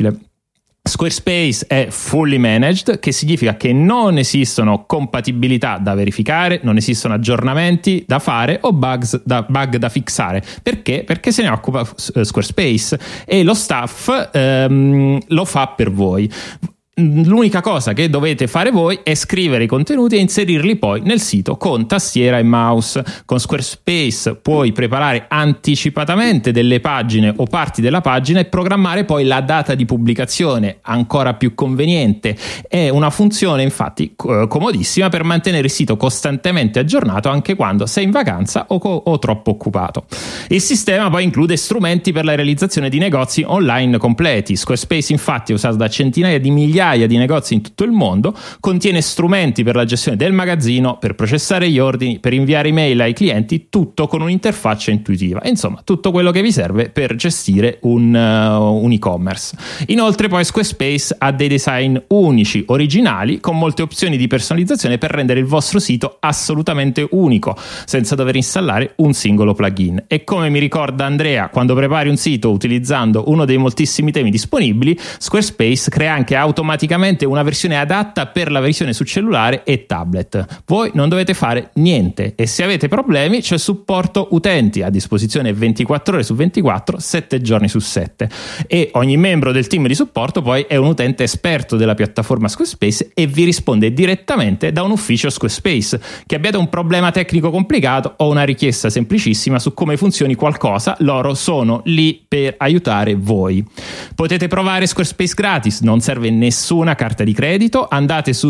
Squarespace è fully managed, che significa che non esistono compatibilità da verificare, non esistono aggiornamenti da fare o bug da fixare. Perché? Perché se ne occupa Squarespace e lo staff lo fa per voi. L'unica cosa che dovete fare voi è scrivere i contenuti e inserirli poi nel sito con tastiera e mouse. Con Squarespace puoi preparare anticipatamente delle pagine o parti della pagina e programmare poi la data di pubblicazione, ancora più conveniente. È una funzione infatti comodissima per mantenere il sito costantemente aggiornato anche quando sei in vacanza o troppo occupato. Il sistema poi include strumenti per la realizzazione di negozi online completi. Squarespace infatti è usato da centinaia di migliaia di negozi in tutto il mondo, contiene strumenti per la gestione del magazzino, per processare gli ordini, per inviare email ai clienti, tutto con un'interfaccia intuitiva. Insomma, tutto quello che vi serve per gestire un e-commerce. Inoltre poi Squarespace ha dei design unici, originali, con molte opzioni di personalizzazione per rendere il vostro sito assolutamente unico, senza dover installare un singolo plugin. E come mi ricorda Andrea, quando prepari un sito utilizzando uno dei moltissimi temi disponibili, Squarespace crea anche automaticamente una versione adatta per la versione su cellulare e tablet. Voi non dovete fare niente e se avete problemi c'è supporto utenti a disposizione 24 ore su 24, 7 giorni su 7, e ogni membro del team di supporto poi è un utente esperto della piattaforma Squarespace e vi risponde direttamente da un ufficio Squarespace. Che abbiate un problema tecnico complicato o una richiesta semplicissima su come funzioni qualcosa, loro sono lì per aiutare voi. Potete provare Squarespace gratis, non serve nessuna carta di credito. Andate su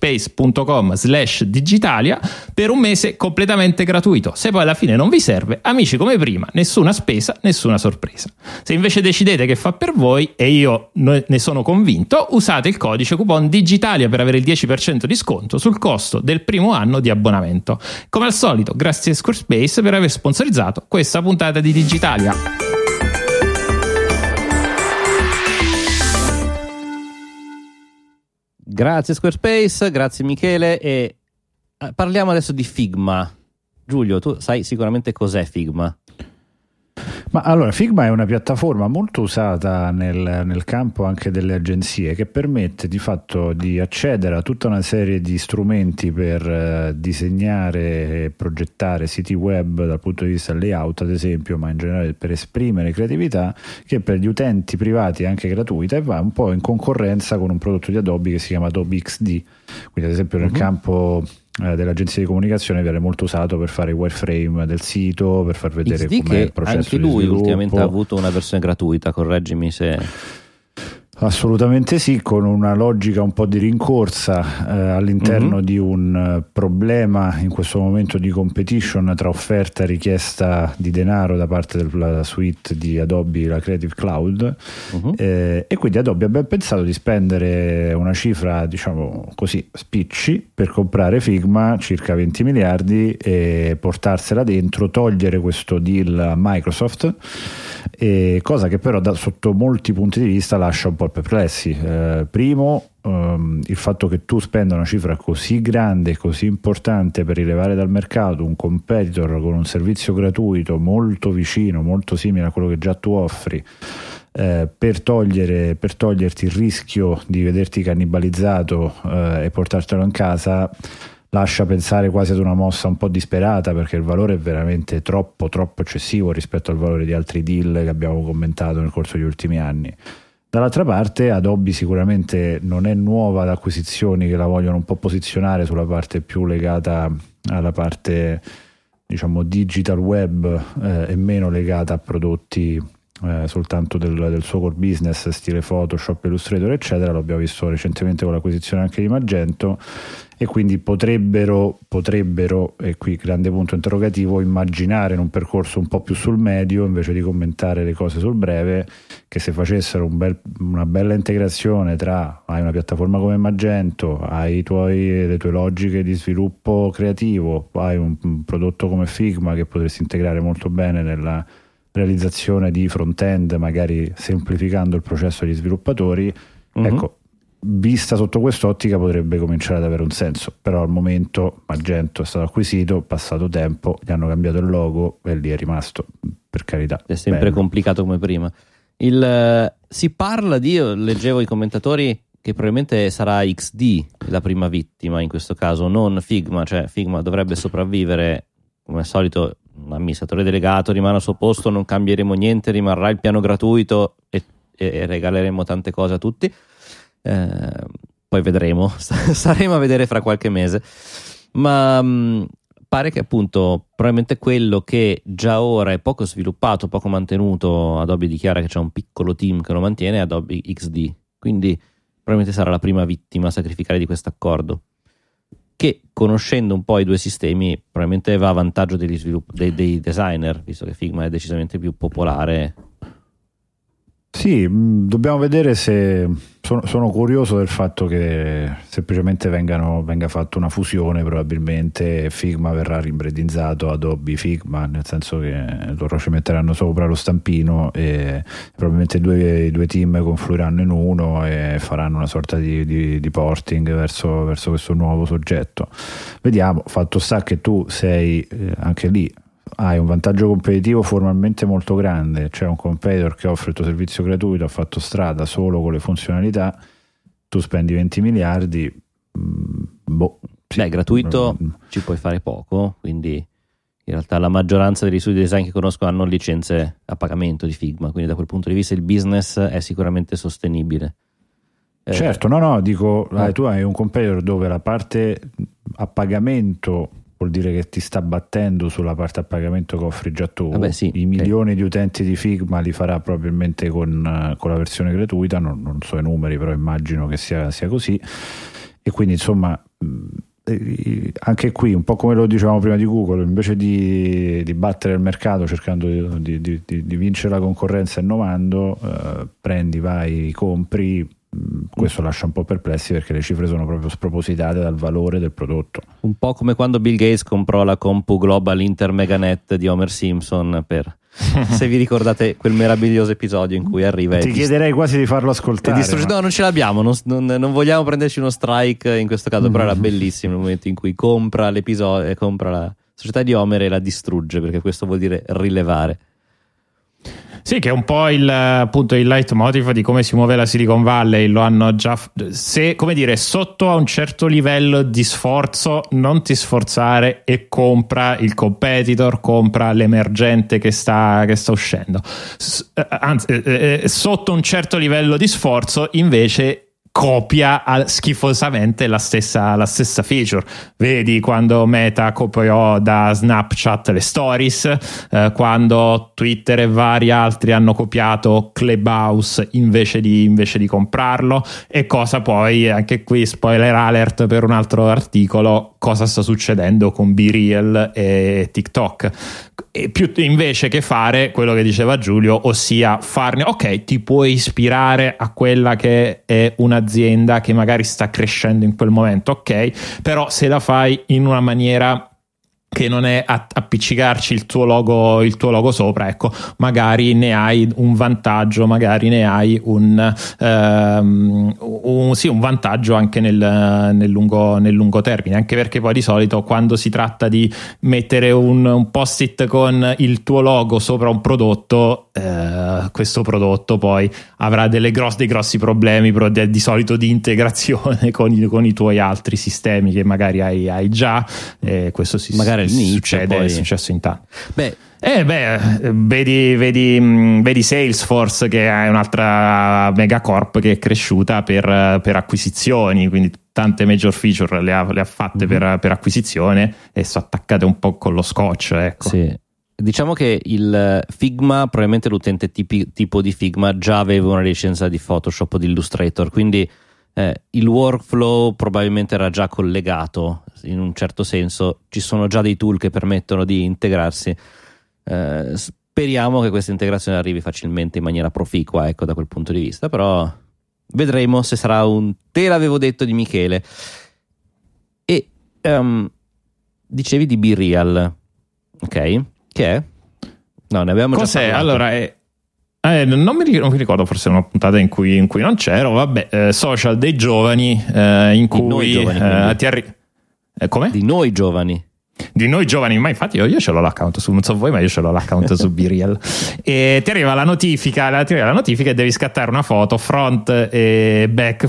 squarespace.com/digitalia per un mese completamente gratuito. Se poi alla fine non vi serve, amici come prima, nessuna spesa, nessuna sorpresa. Se invece decidete che fa per voi, e io ne sono convinto, usate il codice coupon Digitalia per avere il 10% di sconto sul costo del primo anno di abbonamento. Come al solito, grazie a Squarespace per aver sponsorizzato questa puntata di Digitalia. Grazie Squarespace, grazie Michele, e parliamo adesso di Figma. Giulio, tu sai sicuramente cos'è Figma. Ma allora, Figma è una piattaforma molto usata nel campo anche delle agenzie, che permette di fatto di accedere a tutta una serie di strumenti per disegnare e progettare siti web dal punto di vista layout, ad esempio, ma in generale per esprimere creatività, che per gli utenti privati è anche gratuita e va un po' in concorrenza con un prodotto di Adobe che si chiama Adobe XD. Quindi ad esempio nel campo dell'agenzia di comunicazione viene molto usato per fare i wireframe del sito, per far vedere com'è il processo anche di lui sviluppo. Ultimamente ha avuto una versione gratuita, correggimi se... Assolutamente sì, con una logica un po' di rincorsa all'interno di un problema in questo momento di competition tra offerta e richiesta di denaro da parte della suite di Adobe, la Creative Cloud, e quindi Adobe ha ben pensato di spendere una cifra, diciamo così, spicci per comprare Figma, circa 20 miliardi, e portarsela dentro, togliere questo deal a Microsoft, cosa che però sotto molti punti di vista lascia un po' perplessi. Primo, il fatto che tu spenda una cifra così grande, così importante per rilevare dal mercato un competitor con un servizio gratuito molto vicino, molto simile a quello che già tu offri, per toglierti il rischio di vederti cannibalizzato e portartelo in casa, lascia pensare quasi ad una mossa un po' disperata, perché il valore è veramente troppo eccessivo rispetto al valore di altri deal che abbiamo commentato nel corso degli ultimi anni. Dall'altra parte Adobe sicuramente non è nuova ad acquisizioni che la vogliono un po' posizionare sulla parte più legata alla parte, diciamo, digital web, e meno legata a prodotti soltanto del suo core business, stile Photoshop, Illustrator eccetera. L'abbiamo visto recentemente con l'acquisizione anche di Magento, e quindi potrebbero, e qui grande punto interrogativo, immaginare in un percorso un po' più sul medio, invece di commentare le cose sul breve, che se facessero una bella integrazione tra hai una piattaforma come Magento, hai le tue logiche di sviluppo creativo, hai un prodotto come Figma che potresti integrare molto bene nella realizzazione di front-end, magari semplificando il processo agli sviluppatori, ecco, vista sotto quest'ottica potrebbe cominciare ad avere un senso. Però al momento Magento è stato acquisito, passato tempo, gli hanno cambiato il logo e lì è rimasto, per carità. È sempre complicato come prima. Si parla io leggevo i commentatori che probabilmente sarà XD la prima vittima in questo caso, non Figma, cioè Figma dovrebbe sopravvivere come al solito, un amministratore delegato rimane al suo posto, non cambieremo niente, rimarrà il piano gratuito e regaleremo tante cose a tutti. Poi vedremo, staremo a vedere fra qualche mese, ma pare che appunto probabilmente quello che già ora è poco sviluppato, poco mantenuto, Adobe dichiara che c'è un piccolo team che lo mantiene, Adobe XD, quindi probabilmente sarà la prima vittima a sacrificare di questo accordo, che conoscendo un po' i due sistemi probabilmente va a vantaggio dei designer, visto che Figma è decisamente più popolare. Sì, dobbiamo vedere se sono curioso del fatto che semplicemente venga fatta una fusione, probabilmente Figma verrà ribrandizzato Adobe Figma, nel senso che loro ci metteranno sopra lo stampino e probabilmente i due team confluiranno in uno e faranno una sorta di porting verso questo nuovo soggetto. Vediamo. Fatto sta che tu sei anche lì, hai un vantaggio competitivo formalmente molto grande, c'è un competitor che offre il tuo servizio gratuito, ha fatto strada solo con le funzionalità, tu spendi 20 miliardi, sì, gratuito ci puoi fare poco, quindi in realtà la maggioranza degli studi design che conosco hanno licenze a pagamento di Figma, quindi da quel punto di vista il business è sicuramente sostenibile. Certo, dico, tu hai un competitor dove la parte a pagamento vuol dire che ti sta battendo sulla parte a pagamento che offri già tu. Sì, i milioni di utenti di Figma li farà probabilmente con la versione gratuita, non so i numeri, però immagino che sia così, e quindi insomma anche qui un po' come lo dicevamo prima di Google, invece di battere il mercato cercando di vincere la concorrenza innovando, prendi, vai, compri. Questo lascia un po' perplessi perché le cifre sono proprio spropositate dal valore del prodotto. Un po' come quando Bill Gates comprò la Compu Global Inter Meganet di Homer Simpson, se vi ricordate quel meraviglioso episodio in cui arriva ti chiederei quasi di farlo ascoltare, no, non ce l'abbiamo, non vogliamo prenderci uno strike in questo caso, però era bellissimo il momento in cui compra l'episodio, compra la società di Homer e la distrugge, perché questo vuol dire rilevare. Sì, che è un po' il leitmotiv di come si muove la Silicon Valley. Lo hanno già, sotto a un certo livello di sforzo non ti sforzare e compra il competitor, compra l'emergente che sta uscendo. Anzi, sotto un certo livello di sforzo invece copia schifosamente la stessa feature. Vedi quando Meta copiò da Snapchat le stories, quando Twitter e vari altri hanno copiato Clubhouse invece di comprarlo, e cosa poi, anche qui spoiler alert per un altro articolo, cosa sta succedendo con BeReal e TikTok. E più invece che fare quello che diceva Giulio, ossia farne, ok, ti puoi ispirare a quella che è un'azienda che magari sta crescendo in quel momento, ok, però se la fai in una maniera che non è appiccicarci il tuo logo sopra, ecco, magari ne hai un vantaggio, magari ne hai un vantaggio anche nel lungo termine, anche perché poi di solito quando si tratta di mettere un post-it con il tuo logo sopra un prodotto, questo prodotto poi avrà dei grossi problemi di solito di integrazione con i tuoi altri sistemi che magari hai già, questo magari succede, poi è successo in tanto. Vedi Salesforce, che è un'altra megacorp che è cresciuta per acquisizioni, quindi tante major feature le ha fatte per acquisizione e sono attaccate un po' con lo scotch, ecco. Sì. Diciamo che il Figma, probabilmente l'utente tipo di Figma già aveva una licenza di Photoshop o di Illustrator, quindi il workflow probabilmente era già collegato in un certo senso, ci sono già dei tool che permettono di integrarsi. Speriamo che questa integrazione arrivi facilmente in maniera proficua, ecco, da quel punto di vista, però vedremo se sarà un te l'avevo detto di Michele. E dicevi di BeReal, ok? Che è? No, ne abbiamo Cos'è? già parlato. Allora, non mi ricordo, forse una puntata in cui non c'ero, vabbè, social dei giovani, in cui noi giovani, come? Di noi giovani. Di noi giovani, ma infatti io ce l'ho l'account su, non so voi, ma io ce l'ho l'account su BeReal, e ti arriva la notifica e devi scattare una foto front e back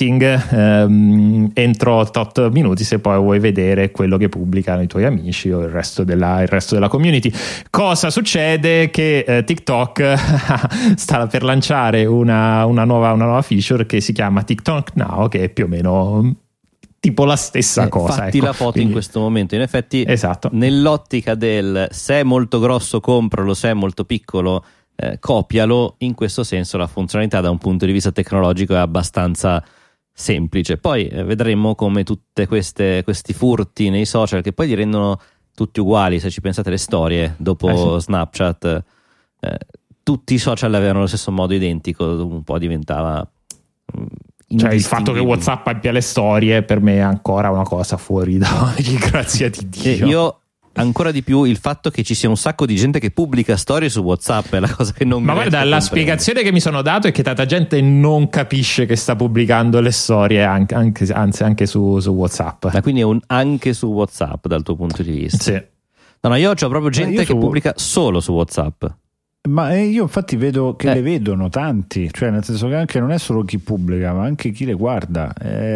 facing entro 8 minuti se poi vuoi vedere quello che pubblicano i tuoi amici o il resto della community. Cosa succede? Che TikTok sta per lanciare una nuova feature che si chiama TikTok Now, che è più o meno tipo la stessa cosa. Fatti ecco. la foto Quindi, in questo momento. In effetti, esatto, nell'ottica del se è molto grosso compralo, se è molto piccolo copialo, in questo senso la funzionalità da un punto di vista tecnologico è abbastanza semplice. Poi vedremo come tutte questi furti nei social, che poi li rendono tutti uguali. Se ci pensate, le storie dopo Snapchat, tutti i social avevano lo stesso modo identico, un po' diventava cioè il fatto che WhatsApp abbia le storie per me è ancora una cosa fuori da ogni grazia di Dio. Io ancora di più il fatto che ci sia un sacco di gente che pubblica storie su WhatsApp è la cosa che non mi riesco a comprendere. Spiegazione che mi sono dato è che tanta gente non capisce che sta pubblicando le storie anche su WhatsApp. Ma quindi è anche su WhatsApp dal tuo punto di vista? Sì. No, io c'ho proprio gente che pubblica solo su WhatsApp. Ma io infatti vedo che le vedono tanti, cioè nel senso che anche non è solo chi pubblica, ma anche chi le guarda.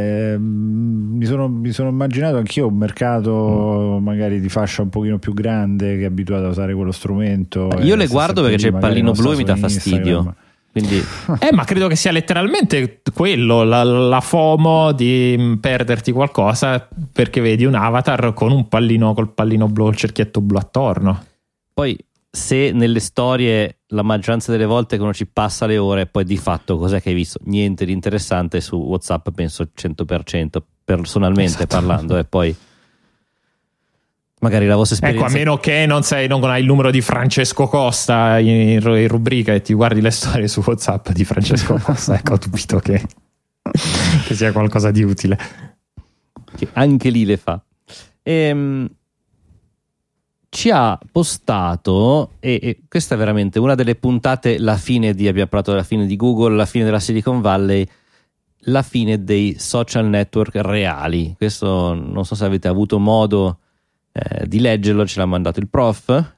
Mi sono immaginato anch'io un mercato magari di fascia un pochino più grande che è abituato a usare quello strumento. Io le guardo perché c'è il pallino blu e mi dà fastidio. Quindi ma credo che sia letteralmente quello, la FOMO di perderti qualcosa perché vedi un avatar con un pallino, col pallino blu, il cerchietto blu attorno. Poi se nelle storie la maggioranza delle volte che uno ci passa le ore, poi di fatto cos'è che hai visto? Niente di interessante. Su WhatsApp penso il 100% personalmente parlando, e poi magari la vostra esperienza, ecco, a meno che non hai il numero di Francesco Costa in rubrica e ti guardi le storie su WhatsApp di Francesco Costa, ecco, ho dubito che sia qualcosa di utile, che anche lì le fa. Ci ha postato, e questa è veramente una delle puntate, abbiamo parlato della fine di Google, la fine della Silicon Valley, la fine dei social network reali. Questo non so se avete avuto modo di leggerlo, ce l'ha mandato il prof.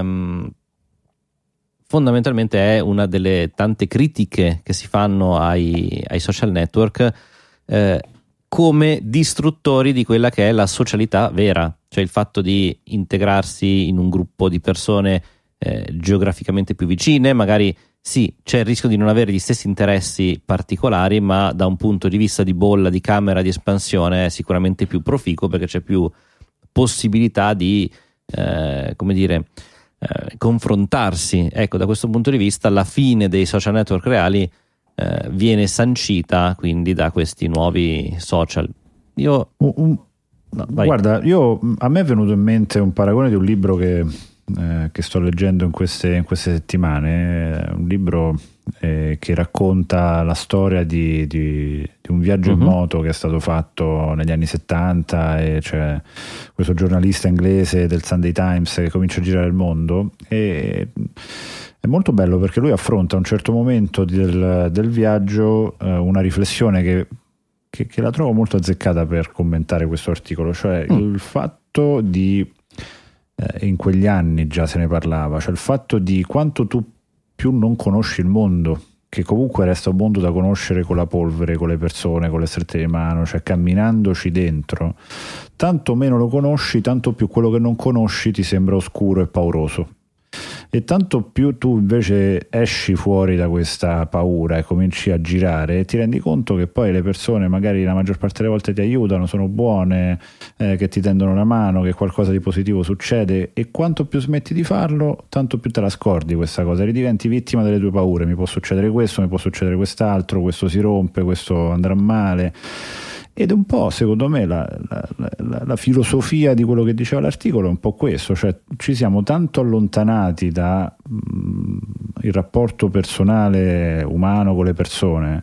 Fondamentalmente è una delle tante critiche che si fanno ai social network come distruttori di quella che è la socialità vera, cioè il fatto di integrarsi in un gruppo di persone geograficamente più vicine, magari sì, c'è il rischio di non avere gli stessi interessi particolari, ma da un punto di vista di bolla, di camera, di espansione è sicuramente più proficuo, perché c'è più possibilità di confrontarsi. Ecco, da questo punto di vista la fine dei social network reali viene sancita quindi da questi nuovi social. Guarda, a me è venuto in mente un paragone di un libro che sto leggendo in queste settimane, un libro che racconta la storia di un viaggio in moto che è stato fatto negli anni 70, e c'è questo giornalista inglese del Sunday Times che comincia a girare il mondo, e è molto bello perché lui affronta a un certo momento del viaggio una riflessione che la trovo molto azzeccata per commentare questo articolo, cioè il fatto di in quegli anni già se ne parlava, cioè il fatto di quanto tu più non conosci il mondo, che comunque resta un mondo da conoscere con la polvere, con le persone, con le strette di mano, cioè camminandoci dentro, tanto meno lo conosci, tanto più quello che non conosci ti sembra oscuro e pauroso. E tanto più tu invece esci fuori da questa paura e cominci a girare, e ti rendi conto che poi le persone magari la maggior parte delle volte ti aiutano, sono buone, che ti tendono la mano, che qualcosa di positivo succede, e quanto più smetti di farlo tanto più te la scordi questa cosa, ridiventi vittima delle tue paure. Mi può succedere questo, mi può succedere quest'altro, questo si rompe, questo andrà male. Ed è un po', secondo me, la filosofia di quello che diceva l'articolo è un po' questo, cioè ci siamo tanto allontanati da il rapporto personale umano con le persone,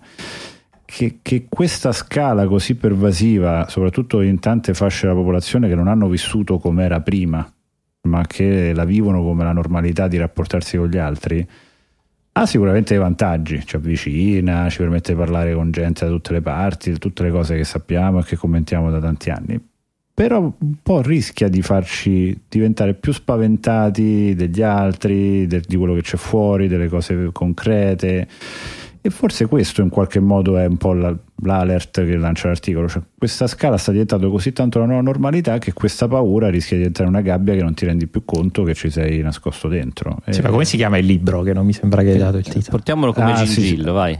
che questa scala così pervasiva, soprattutto in tante fasce della popolazione che non hanno vissuto come era prima, ma che la vivono come la normalità di rapportarsi con gli altri, ha sicuramente dei vantaggi, ci avvicina, ci permette di parlare con gente da tutte le parti, di tutte le cose che sappiamo e che commentiamo da tanti anni, però un po' rischia di farci diventare più spaventati degli altri, di quello che c'è fuori, delle cose concrete. E forse questo in qualche modo è un po' l'alert che lancia l'articolo, cioè questa scala sta diventando così tanto la nuova normalità che questa paura rischia di diventare una gabbia che non ti rendi più conto che ci sei nascosto dentro. Sì, ma come si chiama il libro? Che non mi sembra che hai dato il titolo. Portiamolo come gingillo, sì. Vai.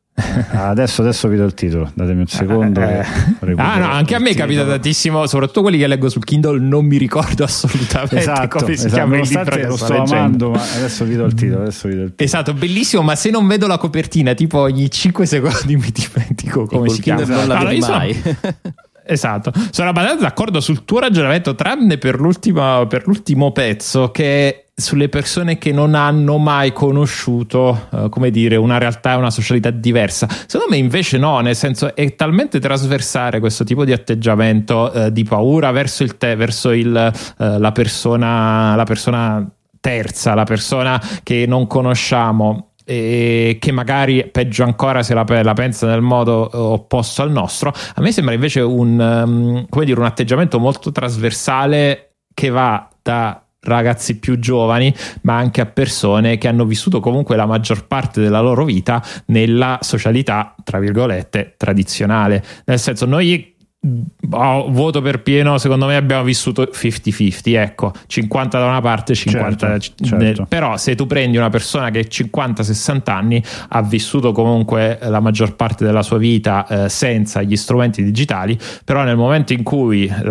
Adesso vi do il titolo, datemi un secondo. No, anche a me capita tantissimo, soprattutto quelli che leggo sul Kindle, non mi ricordo assolutamente come si chiama il libro che lo sto leggendo. Amando, ma adesso vi do il titolo. Esatto, bellissimo, ma se non vedo la copertina tipo ogni 5 secondi mi dimentico come si chiama. Non la vedi mai. Esatto, sono abbastanza d'accordo sul tuo ragionamento, tranne per l'ultimo pezzo, che sulle persone che non hanno mai conosciuto come dire, una realtà e una socialità diversa. Secondo me invece no, nel senso è talmente trasversale questo tipo di atteggiamento di paura verso la persona terza, la persona che non conosciamo, e che magari peggio ancora se la pensa nel modo opposto al nostro. A me sembra invece un atteggiamento molto trasversale che va da ragazzi più giovani ma anche a persone che hanno vissuto comunque la maggior parte della loro vita nella socialità tra virgolette tradizionale, nel senso noi voto per pieno, secondo me abbiamo vissuto 50-50, ecco, 50 da una parte, 50 certo. Però se tu prendi una persona che 50-60 anni ha vissuto comunque la maggior parte della sua vita senza gli strumenti digitali, però nel momento in cui li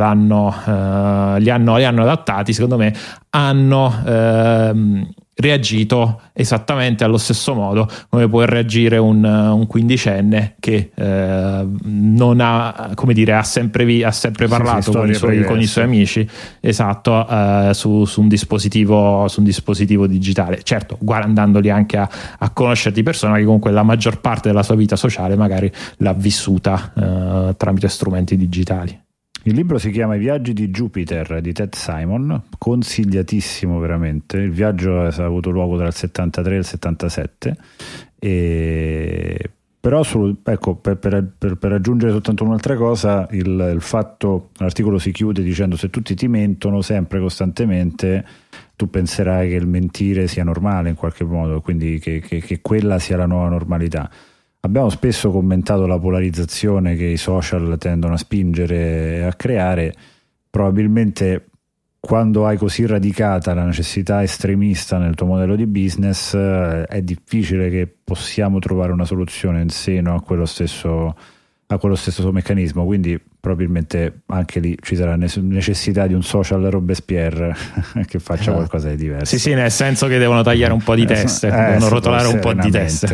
hanno adattati, secondo me hanno reagito esattamente allo stesso modo come può reagire un quindicenne che non ha, come dire, ha sempre parlato con i suoi amici, esatto, su un dispositivo digitale, certo guardandoli anche a conoscere di persona che comunque la maggior parte della sua vita sociale magari l'ha vissuta tramite strumenti digitali. Il libro si chiama I viaggi di Jupiter di Ted Simon, consigliatissimo veramente. Il viaggio ha avuto luogo tra il 73 e il 77, però per aggiungere soltanto un'altra cosa, il fatto, l'articolo si chiude dicendo: se tutti ti mentono sempre costantemente, tu penserai che il mentire sia normale in qualche modo, quindi che quella sia la nuova normalità. Abbiamo spesso commentato la polarizzazione che i social tendono a spingere e a creare. Probabilmente quando hai così radicata la necessità estremista nel tuo modello di business, è difficile che possiamo trovare una soluzione in seno a quello stesso suo meccanismo, quindi probabilmente anche lì ci sarà necessità di un social Robespierre che faccia qualcosa di diverso. Sì, nel senso che devono tagliare un po' di teste, devono rotolare un po' di teste.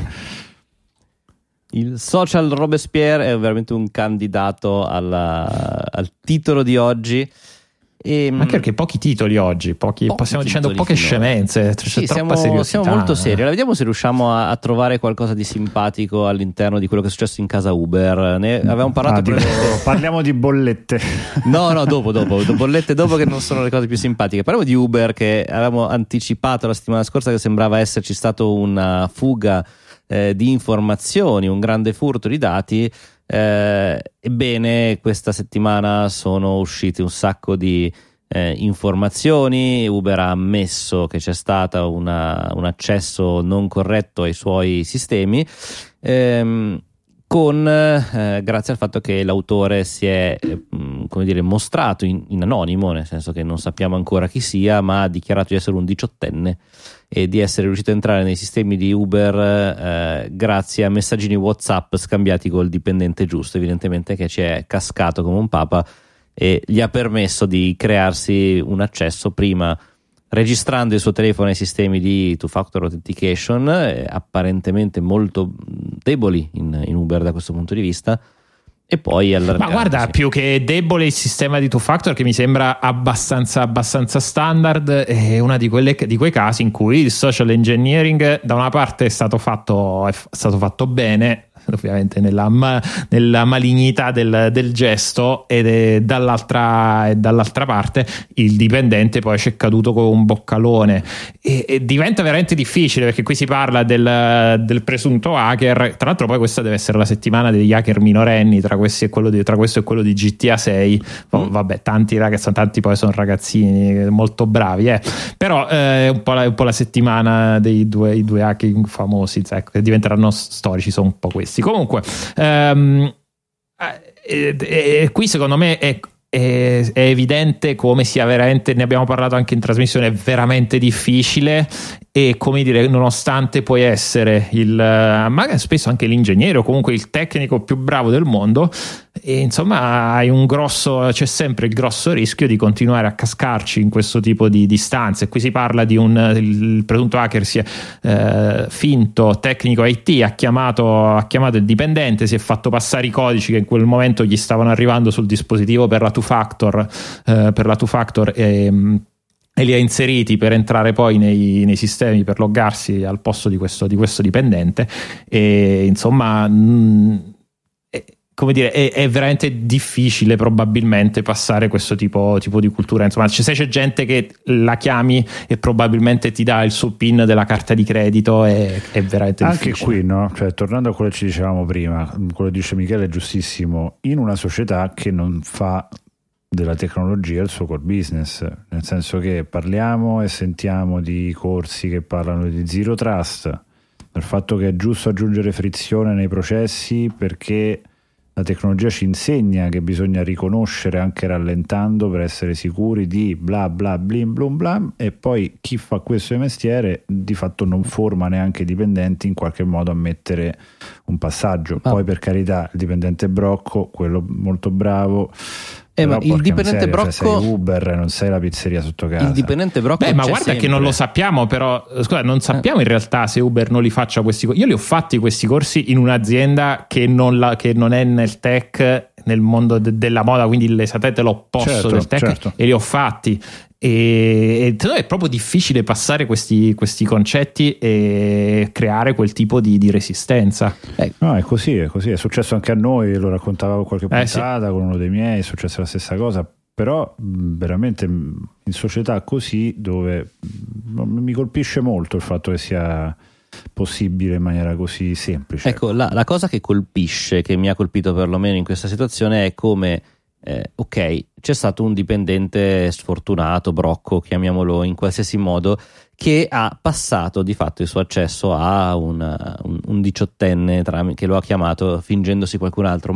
Il social Robespierre è veramente un candidato al titolo di oggi. Anche perché pochi titoli oggi, stiamo dicendo poche scemenze, c'è troppa seriosità. Siamo molto seri. Vediamo se riusciamo a trovare qualcosa di simpatico all'interno di quello che è successo in casa Uber. Ne avevamo parlato parliamo di bollette. No, dopo bollette dopo, che non sono le cose più simpatiche. Parliamo di Uber, che avevamo anticipato la settimana scorsa che sembrava esserci stato una fuga di informazioni, un grande furto di dati. Ebbene, questa settimana sono uscite un sacco di informazioni. Uber ha ammesso che c'è stato un accesso non corretto ai suoi sistemi, grazie al fatto che l'autore si è mostrato in anonimo, nel senso che non sappiamo ancora chi sia, ma ha dichiarato di essere un 18enne e di essere riuscito a entrare nei sistemi di Uber grazie a messaggini WhatsApp scambiati col dipendente giusto, evidentemente, che ci è cascato come un papa e gli ha permesso di crearsi un accesso, prima registrando il suo telefono ai sistemi di two-factor authentication, apparentemente molto deboli in Uber da questo punto di vista, e poi ma guarda, più che debole il sistema di two-factor, che mi sembra abbastanza standard, è una di quei casi in cui il social engineering da una parte è stato fatto bene, ovviamente nella malignità del gesto, e dall'altra parte il dipendente poi c'è caduto come un boccalone, e diventa veramente difficile, perché qui si parla del presunto hacker. Tra l'altro poi questa deve essere la settimana degli hacker minorenni, tra questo e quello di GTA 6. Vabbè, tanti poi sono ragazzini molto bravi, però è un po' la settimana dei due hacking famosi, ecco, che diventeranno storici, sono un po' questi. Comunque qui secondo me è evidente come sia veramente, ne abbiamo parlato anche in trasmissione, è veramente difficile, e come dire, nonostante puoi essere magari spesso anche l'ingegnere o comunque il tecnico più bravo del mondo, e insomma c'è sempre il grosso rischio di continuare a cascarci in questo tipo di stanze. Qui si parla di il presunto hacker si è finto tecnico IT, ha chiamato il dipendente, si è fatto passare i codici che in quel momento gli stavano arrivando sul dispositivo per la two-factor e li ha inseriti per entrare poi nei sistemi, per loggarsi al posto di questo dipendente. E insomma, come dire, è veramente difficile probabilmente passare questo tipo di cultura. Insomma, c'è gente che la chiami e probabilmente ti dà il suo PIN della carta di credito, è veramente anche difficile. Qui, no? Cioè, tornando a quello che ci dicevamo prima, quello che dice Michele è giustissimo. In una società che non fa della tecnologia il suo core business, nel senso che parliamo e sentiamo di corsi che parlano di zero trust, del fatto che è giusto aggiungere frizione nei processi perché la tecnologia ci insegna che bisogna riconoscere anche rallentando per essere sicuri di bla bla blim blum blam, e poi chi fa questo di mestiere di fatto non forma neanche i dipendenti in qualche modo a mettere un passaggio. Poi per carità, il dipendente brocco, quello molto bravo, ma il dipendente brocco, sei Uber, non sei la pizzeria sotto casa. Il dipendente brocco ma guarda sempre. Che non lo sappiamo, però scusa, non sappiamo in realtà se Uber non li faccia questi corsi. Io li ho fatti questi corsi in un'azienda che non è nel tech, nel mondo della moda, quindi esattamente l'opposto del tech, e li ho fatti. E è proprio difficile passare questi concetti e creare quel tipo di resistenza. No, è così, è successo anche a noi, lo raccontavo qualche puntata, sì. Con uno dei miei è successa la stessa cosa, però veramente in società così, dove mi colpisce molto il fatto che sia possibile in maniera così semplice. Ecco, la cosa che colpisce, che mi ha colpito perlomeno in questa situazione, è come ok, c'è stato un dipendente sfortunato, brocco, chiamiamolo in qualsiasi modo, che ha passato di fatto il suo accesso a un 18enne che lo ha chiamato fingendosi qualcun altro, ma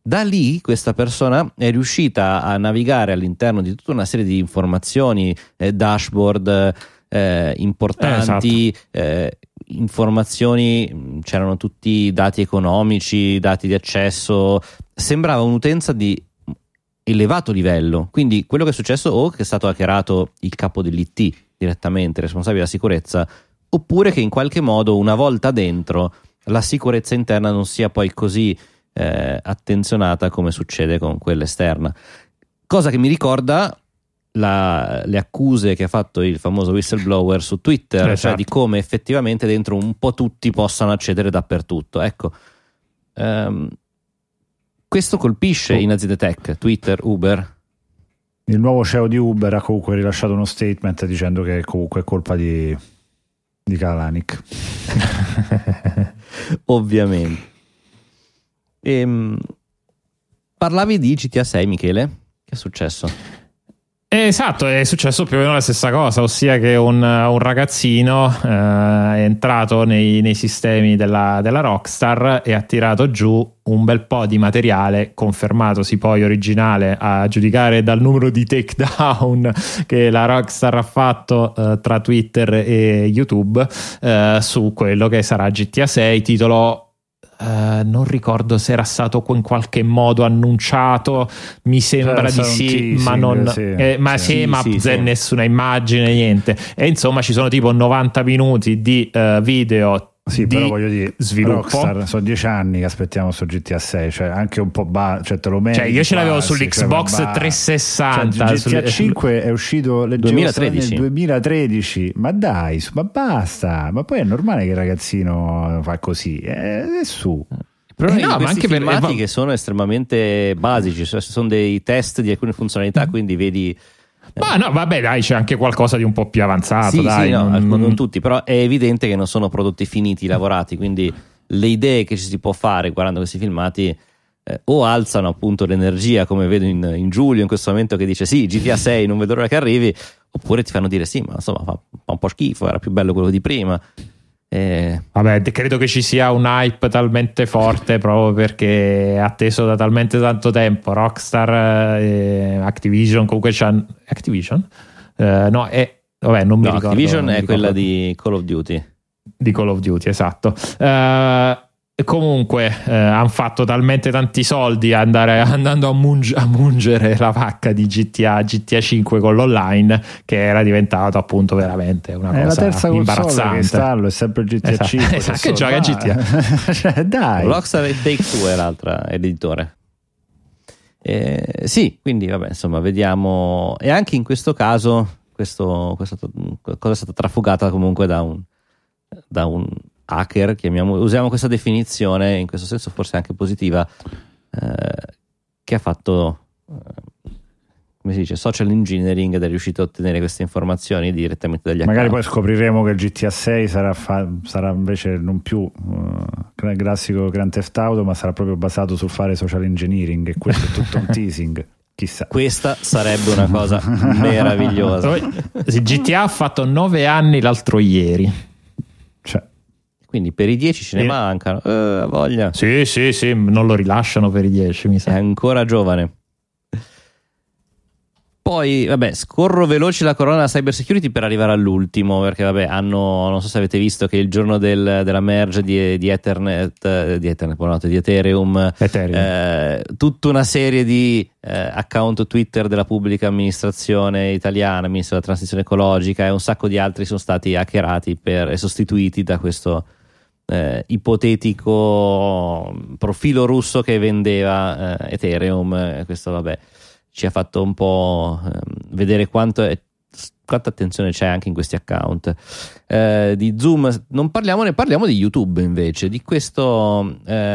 Da lì questa persona è riuscita a navigare all'interno di tutta una serie di informazioni, dashboard importanti, informazioni, c'erano tutti dati economici, dati di accesso, sembrava un'utenza di elevato livello. Quindi quello che è successo, o che è stato hackerato il capo dell'IT direttamente, responsabile della sicurezza, oppure che in qualche modo una volta dentro la sicurezza interna non sia poi così attenzionata come succede con quella esterna, cosa che mi ricorda le accuse che ha fatto il famoso whistleblower su Twitter, esatto. Cioè di come effettivamente dentro un po' tutti possano accedere dappertutto. Ecco, questo colpisce in aziende tech, Twitter, Uber. Il nuovo CEO di Uber ha comunque rilasciato uno statement dicendo che comunque è colpa di Kalanick. Ovviamente. Parlavi di GTA 6, Michele? Che è successo? Esatto, è successo più o meno la stessa cosa, ossia che un ragazzino è entrato nei sistemi della Rockstar e ha tirato giù un bel po' di materiale, confermatosi poi originale a giudicare dal numero di takedown che la Rockstar ha fatto tra Twitter e YouTube su quello che sarà GTA 6, titolo non ricordo se era stato in qualche modo annunciato, mi sembra di sì, ma non nessuna immagine, niente. E insomma ci sono tipo 90 minuti di video. Sì, di però voglio dire, sviluppo. Rockstar sono 10 anni che aspettiamo su GTA 6, cioè anche un po' cioè te lo meriti. Cioè io ce l'avevo sull'Xbox 360. Cioè, GTA 5 è uscito nel 2013, ma dai, ma basta, ma poi è normale che il ragazzino fa così, è su. Però no, ma anche filmati che sono estremamente basici, cioè sono dei test di alcune funzionalità, quindi vedi. Ma no, vabbè, dai, c'è anche qualcosa di un po' più avanzato. Sì, dai, sì, no, non tutti, però è evidente che non sono prodotti finiti, lavorati, quindi le idee che ci si può fare guardando questi filmati o alzano appunto l'energia, come vedo in Giulio in questo momento che dice sì, GTA 6 non vedo l'ora che arrivi, oppure ti fanno dire sì, ma insomma fa un po' schifo, era più bello quello di prima. Vabbè, credo che ci sia un hype talmente forte proprio perché è atteso da talmente tanto tempo. Rockstar, Activision, comunque c'hanno Activision? No, vabbè, non mi ricordo. Activision è quella di Call of Duty. Di Call of Duty, esatto. Comunque hanno fatto talmente tanti soldi andando a mungere la vacca di GTA 5 con l'online, che era diventato appunto veramente una cosa la terza imbarazzante. Che installo è sempre GTA 5. Esatto, che gioca GTA. Cioè, dai. Rockstar e Take-Two è l'altra editore. Sì, quindi vabbè, insomma, vediamo. E anche in questo caso questa cosa è stata trafugata comunque da un hacker, usiamo questa definizione, in questo senso forse anche positiva, che ha fatto come si dice, social engineering, ed è riuscito a ottenere queste informazioni direttamente dagli magari account. Poi scopriremo che il GTA 6 sarà invece non più classico Grand Theft Auto, ma sarà proprio basato sul fare social engineering, e questo è tutto un teasing. Chissà. Questa sarebbe una cosa meravigliosa. GTA ha fatto 9 anni l'altro ieri, cioè. Quindi per i 10 ce ne mancano. Voglia. Sì, non lo rilasciano per i 10, mi sa. È ancora giovane. Poi, vabbè, scorro veloce la corona della cyber security per arrivare all'ultimo, perché vabbè, non so se avete visto che il giorno della merge di Ethereum, tutta una serie di account Twitter della pubblica amministrazione italiana, ministro della transizione ecologica, e un sacco di altri sono stati hackerati e sostituiti da questo ipotetico profilo russo che vendeva Ethereum. Questo vabbè ci ha fatto un po' vedere quanta attenzione c'è anche in questi account. Di Zoom non parliamo, ne parliamo di YouTube invece, di questa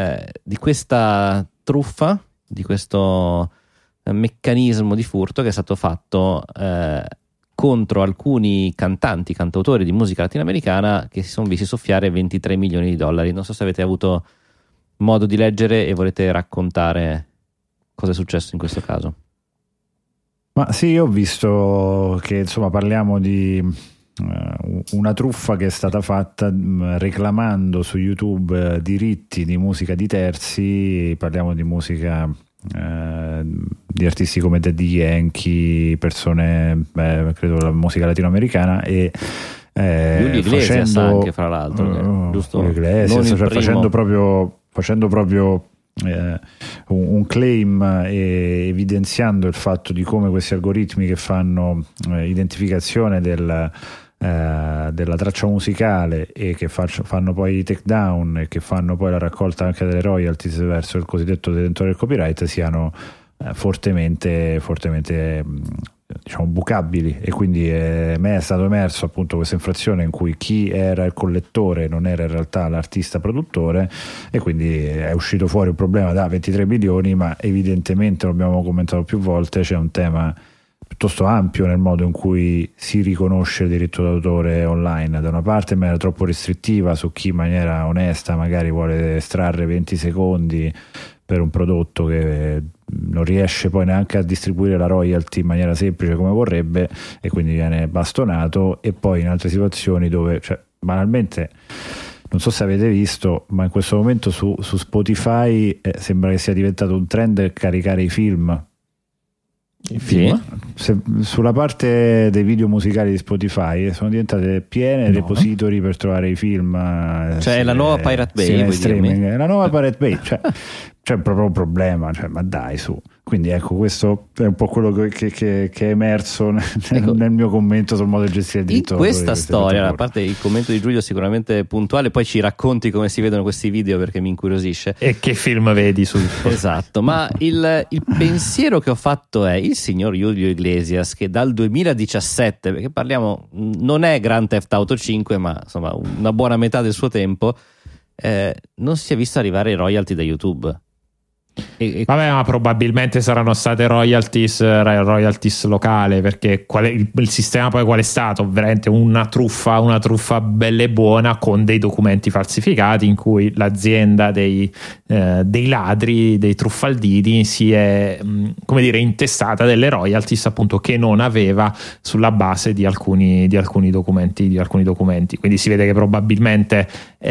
truffa, di questo meccanismo di furto che è stato fatto contro alcuni cantautori di musica latinoamericana che si sono visti soffiare $23 milioni. Non so se avete avuto modo di leggere e volete raccontare cosa è successo in questo caso. Ma sì, io ho visto che insomma parliamo di una truffa che è stata fatta reclamando su YouTube diritti di musica di terzi. Parliamo di musica di artisti come Daddy Yankee, persone, credo la musica latinoamericana, e Julio Iglesias anche, fra l'altro, giusto? Julio Iglesias, cioè facendo proprio un claim e evidenziando il fatto di come questi algoritmi che fanno identificazione della traccia musicale e che fanno poi i takedown e che fanno poi la raccolta anche delle royalties verso il cosiddetto detentore del copyright siano fortemente diciamo bucabili, e quindi è stato emerso appunto questa infrazione in cui chi era il collettore non era in realtà l'artista produttore, e quindi è uscito fuori un problema da 23 milioni, ma evidentemente, lo abbiamo commentato più volte, c'è un tema piuttosto ampio nel modo in cui si riconosce il diritto d'autore online. Da una parte in maniera troppo restrittiva su chi in maniera onesta magari vuole estrarre 20 secondi per un prodotto che non riesce poi neanche a distribuire la royalty in maniera semplice come vorrebbe, e quindi viene bastonato, e poi in altre situazioni dove, cioè, banalmente, non so se avete visto, ma in questo momento su Spotify sembra che sia diventato un trend caricare i film. Sulla parte dei video musicali di Spotify sono diventate piene repository per trovare i film, cioè la nuova Pirate Bay, streaming, la nuova Pirate Bay, cioè c'è proprio un problema, cioè, ma dai, su. Quindi ecco, questo è un po' quello che è emerso nel mio commento sul modo di gestire il diritto. In questa storia, a parte il commento di Giulio sicuramente puntuale, poi ci racconti come si vedono questi video, perché mi incuriosisce. E che film vedi su Esatto, ma il pensiero che ho fatto è il signor Julio Iglesias, che dal 2017, perché parliamo, non è Grand Theft Auto 5, ma insomma una buona metà del suo tempo, non si è visto arrivare i royalty da YouTube. Vabbè, ma probabilmente saranno state royalties locale, perché il sistema poi qual è stato? Veramente una truffa bella e buona, con dei documenti falsificati in cui l'azienda dei ladri, dei truffaldini, si è, come dire, intestata delle royalties appunto che non aveva sulla base di alcuni documenti. Quindi si vede che probabilmente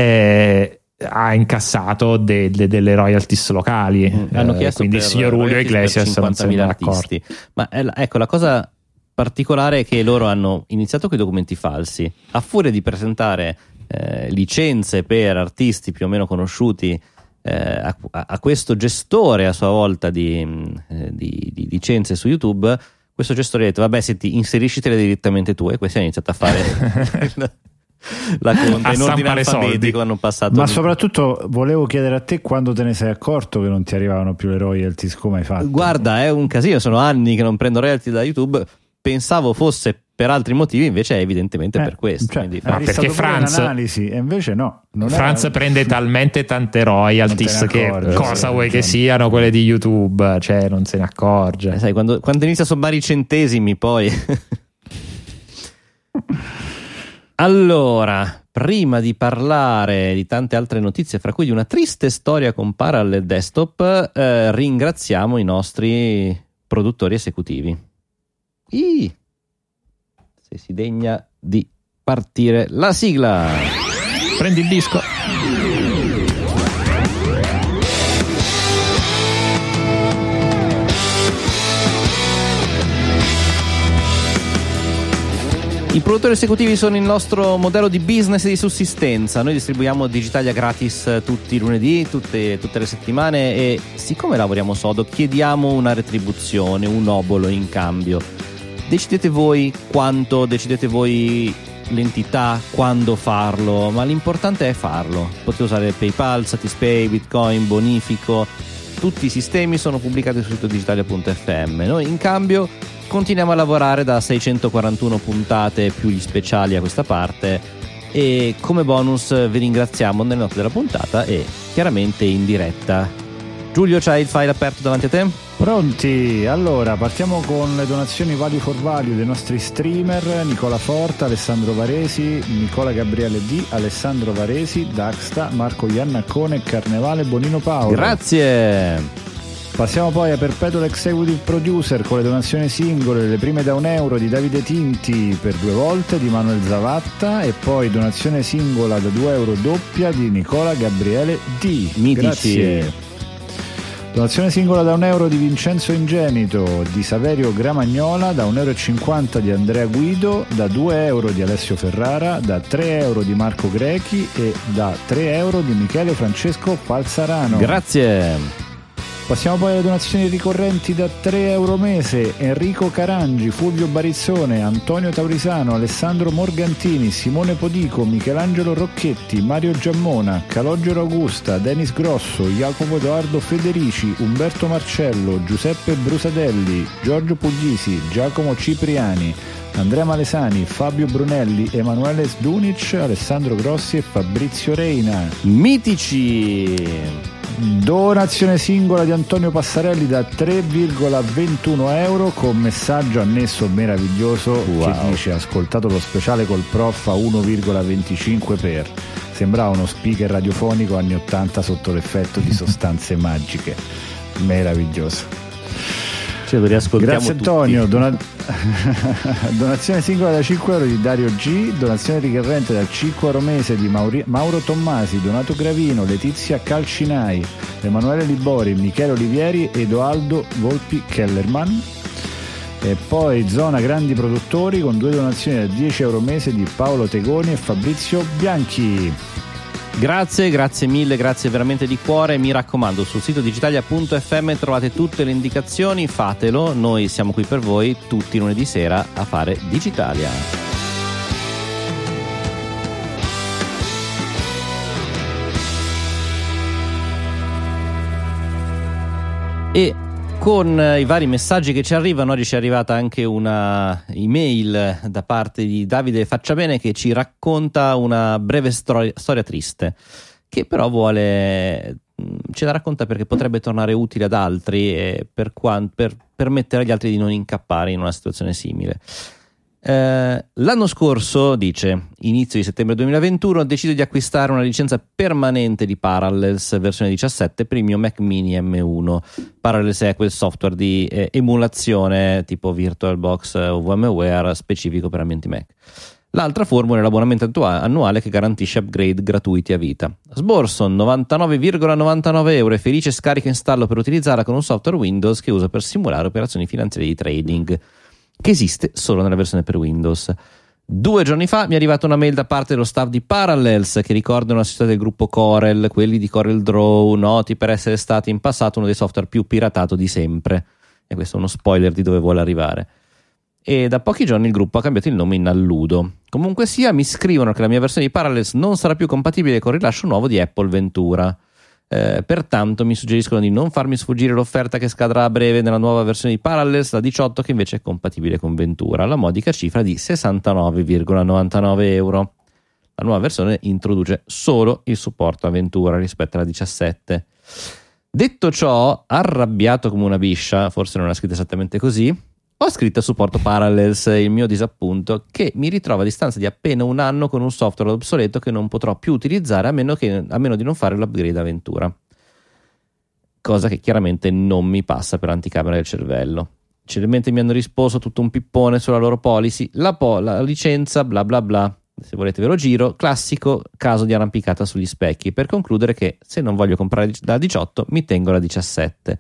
ha incassato delle royalties locali. Hanno chiesto, quindi il signor Julio Iglesias non sembra d'accordo. Ma ecco, la cosa particolare è che loro hanno iniziato con i documenti falsi, a furia di presentare licenze per artisti più o meno conosciuti a questo gestore a sua volta di licenze su YouTube. Questo gestore ha detto: vabbè, senti, inseriscitele direttamente tu, e questi hanno iniziato a fare la conta in ordine alfabetico, hanno passato. Ma soprattutto volevo chiedere a te quando te ne sei accorto che non ti arrivavano più le royalties, come hai fatto? Guarda, è un casino, sono anni che non prendo royalty da YouTube, pensavo fosse per altri motivi, invece è evidentemente per questo. Cioè, quindi, perché Franz, e invece no, Franz prende talmente tante royalties che cosa vuoi che siano quelle di YouTube, cioè non se ne accorge. Sai, quando inizia a sommare i centesimi poi Allora, prima di parlare di tante altre notizie, fra cui di una triste storia con Parallel Desktop, ringraziamo i nostri produttori esecutivi. Se si degna di partire la sigla. Prendi il disco. I produttori esecutivi sono il nostro modello di business e di sussistenza. Noi distribuiamo Digitalia gratis tutti i lunedì, tutte le settimane, e siccome lavoriamo sodo chiediamo una retribuzione, un obolo in cambio. Decidete voi quanto, decidete voi l'entità, quando farlo, ma l'importante è farlo. Potete usare PayPal, Satispay, Bitcoin, Bonifico. Tutti i sistemi sono pubblicati sul sito digitalia.fm. Noi in cambio continuiamo a lavorare da 641 puntate più gli speciali a questa parte, e come bonus vi ringraziamo nelle note della puntata e chiaramente in diretta. Giulio, c'hai il file aperto davanti a te? Pronti? Allora, partiamo con le donazioni value for value dei nostri streamer: Nicola Forta, Alessandro Varesi, Nicola Gabriele D, Alessandro Varesi, Daxta, Marco Iannaccone, Carnevale, Bonino Paolo. Grazie! Passiamo poi a Perpetual Executive Producer con le donazioni singole, le prime da €1 di Davide Tinti per 2 volte, di Manuel Zavatta, e poi donazione singola da €2 doppia di Nicola Gabriele D. Mitici. Grazie. Donazione singola da €1 di Vincenzo Ingenito, di Saverio Gramagnola, da €1,50 di Andrea Guido, da €2 di Alessio Ferrara, da €3 di Marco Grechi e da €3 di Michele Francesco Falzarano. Grazie. Passiamo poi alle donazioni ricorrenti da €3 mese: Enrico Carangi, Fulvio Barizzone, Antonio Taurisano, Alessandro Morgantini, Simone Podico, Michelangelo Rocchetti, Mario Giammona, Calogero Augusta, Denis Grosso, Jacopo Edoardo Federici, Umberto Marcello, Giuseppe Brusadelli, Giorgio Puglisi, Giacomo Cipriani, Andrea Malesani, Fabio Brunelli, Emanuele Sdunic, Alessandro Grossi e Fabrizio Reina. Mitici. Donazione singola di Antonio Passarelli da €3,21 con messaggio annesso meraviglioso che dice: ascoltato lo speciale col prof a 1,25 per. Sembrava uno speaker radiofonico anni 80 sotto l'effetto di sostanze magiche. Meraviglioso. Grazie Antonio. Donazione singola da €5 di Dario G, donazione ricorrente da €5 mese di Mauro Tommasi, Donato Gravino, Letizia Calcinai, Emanuele Libori, Michele Olivieri, Edoaldo Volpi Kellerman. E poi zona grandi produttori con 2 donazioni da €10 mese di Paolo Tegoni e Fabrizio Bianchi. Grazie mille, grazie veramente di cuore. Mi raccomando, sul sito digitalia.fm trovate tutte le indicazioni, fatelo, noi siamo qui per voi tutti i lunedì sera a fare Digitalia. E con i vari messaggi che ci arrivano, oggi ci è arrivata anche una email da parte di Davide Facciabene che ci racconta una breve storia triste, che però ce la racconta perché potrebbe tornare utile ad altri e per permettere agli altri di non incappare in una situazione simile. L'anno scorso, dice, inizio di settembre 2021, decido di acquistare una licenza permanente di Parallels versione 17 per il mio Mac Mini M1. Parallels è quel software di emulazione tipo VirtualBox o VMware specifico per ambienti Mac. L'altra formula è l'abbonamento annuale che garantisce upgrade gratuiti a vita. Sborso €99,99 e felice scarica e installo per utilizzarla con un software Windows che uso per simulare operazioni finanziarie di trading, che esiste solo nella versione per Windows. 2 giorni fa mi è arrivata una mail da parte dello staff di Parallels che ricorda una società del gruppo Corel, quelli di Corel Draw, noti per essere stati in passato uno dei software più piratato di sempre. E questo è uno spoiler di dove vuole arrivare. E da pochi giorni il gruppo ha cambiato il nome in Alludo. Comunque sia, mi scrivono che la mia versione di Parallels non sarà più compatibile con il rilascio nuovo di Apple Ventura. Pertanto mi suggeriscono di non farmi sfuggire l'offerta che scadrà a breve nella nuova versione di Parallels, la 18, che invece è compatibile con Ventura, alla modica cifra di €69,99. La nuova versione introduce solo il supporto a Ventura rispetto alla 17. Detto ciò, arrabbiato come una biscia, forse non è scritto esattamente così, ho scritto a supporto Parallels il mio disappunto, che mi ritrova a distanza di appena un anno con un software obsoleto che non potrò più utilizzare a meno di non fare l'upgrade a Ventura. Cosa che chiaramente non mi passa per l'anticamera del cervello. Celermente mi hanno risposto tutto un pippone sulla loro policy, la licenza, bla bla bla. Se volete ve lo giro, classico caso di arrampicata sugli specchi, per concludere che se non voglio comprare la 18 mi tengo la 17.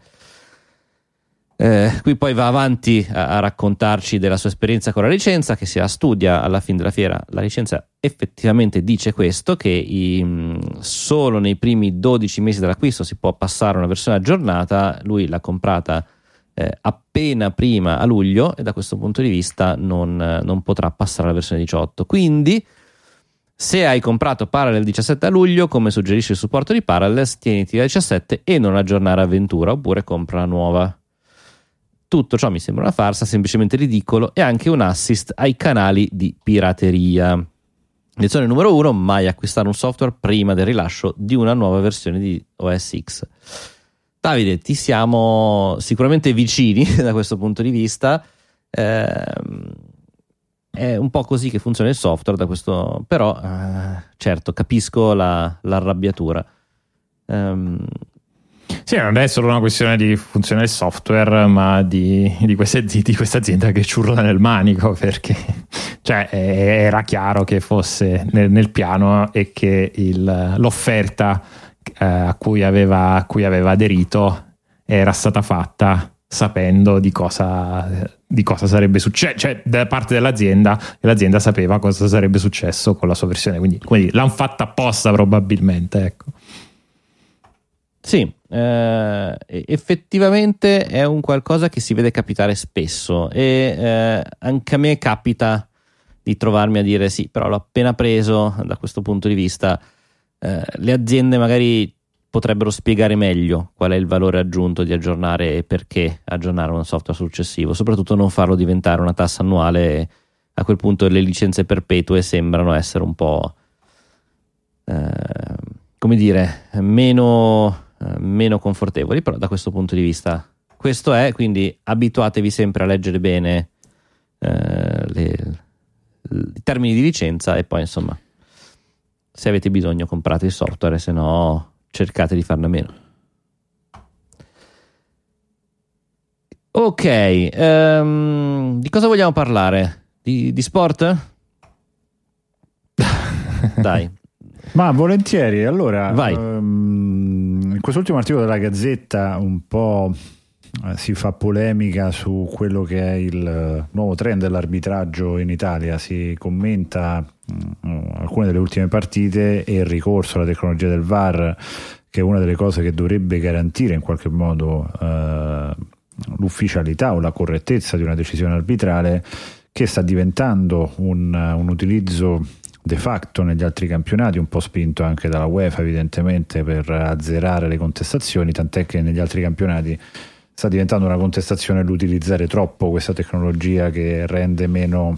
Qui poi va avanti a raccontarci della sua esperienza con la licenza, che se la studia alla fine della fiera. La licenza effettivamente dice questo, che solo nei primi 12 mesi dell'acquisto si può passare a una versione aggiornata. Lui l'ha comprata appena prima a luglio e da questo punto di vista non potrà passare alla versione 18. Quindi se hai comprato Parallels 17 a luglio, come suggerisce il supporto di Parallels, tieniti la 17 e non aggiornare Avventura, oppure compra la nuova. Tutto ciò mi sembra una farsa, semplicemente ridicolo e anche un assist ai canali di pirateria. Lezione numero 1: mai acquistare un software prima del rilascio di una nuova versione di OS X. Davide, ti siamo sicuramente vicini da questo punto di vista. È un po' così che funziona il software da questo, però certo capisco l'arrabbiatura. Sì, non è solo una questione di funzione del software, ma di questa azienda che ciurla nel manico, perché cioè, era chiaro che fosse nel piano e che l'offerta a cui aveva aderito era stata fatta sapendo di cosa sarebbe successo, cioè da parte dell'azienda, e l'azienda sapeva cosa sarebbe successo con la sua versione, quindi l'hanno fatta apposta probabilmente, ecco. Sì, effettivamente è un qualcosa che si vede capitare spesso, e anche a me capita di trovarmi a dire sì, però l'ho appena preso. Da questo punto di vista le aziende magari potrebbero spiegare meglio qual è il valore aggiunto di aggiornare e perché aggiornare un software successivo, soprattutto non farlo diventare una tassa annuale. A quel punto le licenze perpetue sembrano essere un po' come dire, meno confortevoli, però da questo punto di vista questo è, quindi abituatevi sempre a leggere bene i termini di licenza, e poi insomma se avete bisogno comprate il software, se no cercate di farne meno. Ok, di cosa vogliamo parlare? Di sport? Dai. Ma volentieri, allora vai. In quest'ultimo articolo della Gazzetta un po' si fa polemica su quello che è il nuovo trend dell'arbitraggio in Italia, si commenta alcune delle ultime partite e il ricorso alla tecnologia del VAR, che è una delle cose che dovrebbe garantire in qualche modo l'ufficialità o la correttezza di una decisione arbitrale, che sta diventando un utilizzo de facto negli altri campionati, un po' spinto anche dalla UEFA evidentemente per azzerare le contestazioni, tant'è che negli altri campionati sta diventando una contestazione l'utilizzare troppo questa tecnologia che rende meno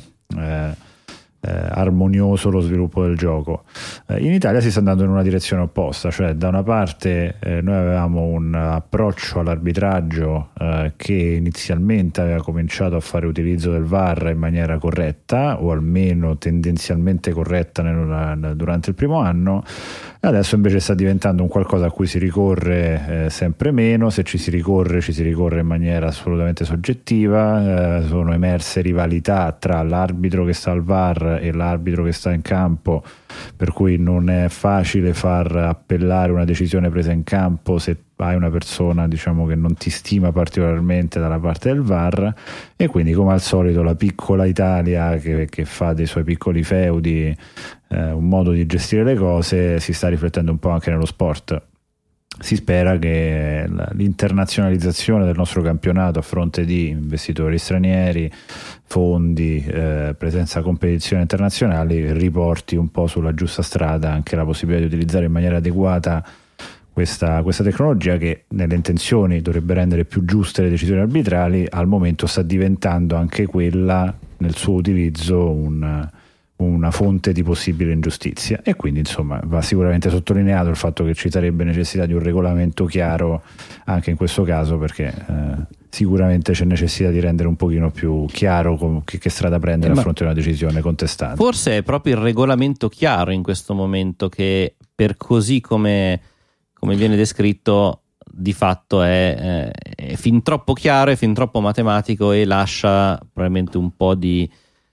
armonioso lo sviluppo del gioco. In Italia si sta andando in una direzione opposta, cioè da una parte noi avevamo un approccio all'arbitraggio che inizialmente aveva cominciato a fare utilizzo del VAR in maniera corretta, o almeno tendenzialmente corretta durante il primo anno. Adesso invece sta diventando un qualcosa a cui si ricorre sempre meno. Se ci si ricorre in maniera assolutamente soggettiva. Sono emerse rivalità tra l'arbitro che sta al VAR e l'arbitro che sta in campo, per cui non è facile far appellare una decisione presa in campo se hai una persona, diciamo, che non ti stima particolarmente dalla parte del VAR. E quindi, come al solito, la piccola Italia che fa dei suoi piccoli feudi un modo di gestire le cose, si sta riflettendo un po' anche nello sport. Si spera che l'internazionalizzazione del nostro campionato, a fronte di investitori stranieri, fondi, presenza a competizioni internazionali, riporti un po' sulla giusta strada anche la possibilità di utilizzare in maniera adeguata questa tecnologia, che nelle intenzioni dovrebbe rendere più giuste le decisioni arbitrali. Al momento sta diventando anche quella, nel suo utilizzo, una fonte di possibile ingiustizia, e quindi insomma va sicuramente sottolineato il fatto che ci sarebbe necessità di un regolamento chiaro anche in questo caso, perché sicuramente c'è necessità di rendere un pochino più chiaro che strada prendere a fronte di una decisione contestata. Forse è proprio il regolamento chiaro in questo momento che, per così come viene descritto, di fatto è fin troppo chiaro, è fin troppo matematico, e lascia probabilmente un po' di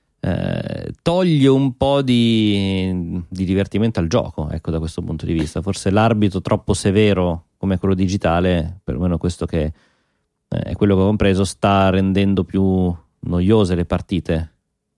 toglie un po' di divertimento al gioco, ecco, da questo punto di vista. Forse l'arbitro troppo severo come quello digitale, perlomeno questo che è quello che ho compreso, sta rendendo più noiose le partite.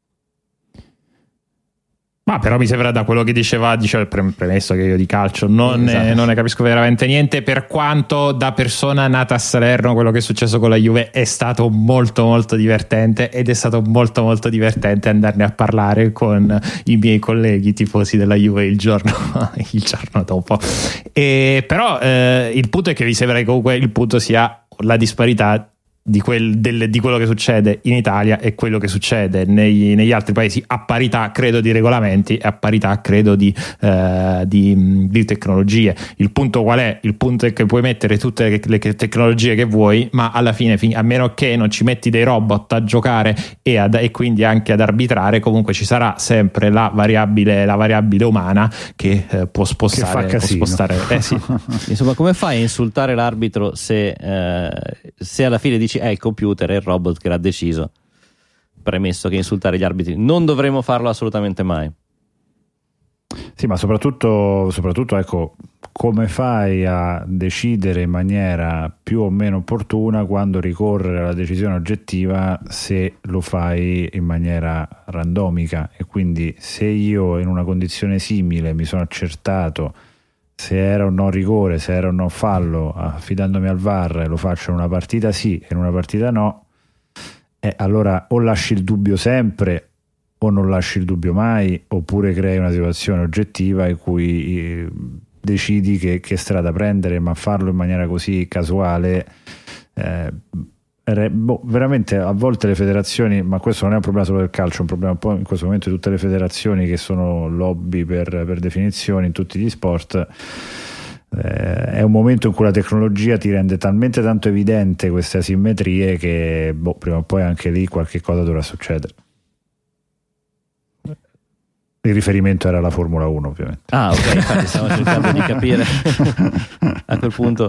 Ma però mi sembra, da quello che diceva premesso che io di calcio non ne capisco veramente niente, per quanto da persona nata a Salerno quello che è successo con la Juve è stato molto molto divertente, ed è stato molto molto divertente andarne a parlare con i miei colleghi tifosi della Juve il giorno dopo. Però il punto è che mi sembra che comunque il punto sia la disparità di quello che succede in Italia e quello che succede negli altri paesi, a parità credo di regolamenti e a parità credo di tecnologie. Il punto qual è? Il punto è che puoi mettere tutte le tecnologie che vuoi, ma alla fine, a meno che non ci metti dei robot a giocare e quindi anche ad arbitrare, comunque ci sarà sempre la variabile umana che può spostare, che fa casino. Sì. Insomma, come fai a insultare l'arbitro se alla fine dici il computer è il robot che l'ha deciso? Premesso che insultare gli arbitri non dovremmo farlo assolutamente mai. Sì, ma soprattutto ecco, come fai a decidere in maniera più o meno opportuna quando ricorrere alla decisione oggettiva se lo fai in maniera randomica? E quindi se io in una condizione simile mi sono accertato se era un no rigore, se era un no fallo, affidandomi al VAR, lo faccio in una partita sì e in una partita no, allora o lasci il dubbio sempre o non lasci il dubbio mai, oppure crei una situazione oggettiva in cui decidi che strada prendere, ma farlo in maniera così casuale veramente a volte le federazioni, ma questo non è un problema solo del calcio, è un problema un po' in questo momento di tutte le federazioni che sono lobby per definizione in tutti gli sport. È un momento in cui la tecnologia ti rende talmente tanto evidente queste asimmetrie che prima o poi anche lì qualche cosa dovrà succedere. Il riferimento era la Formula 1, ovviamente. Ok, infatti stavo cercando di capire a quel punto.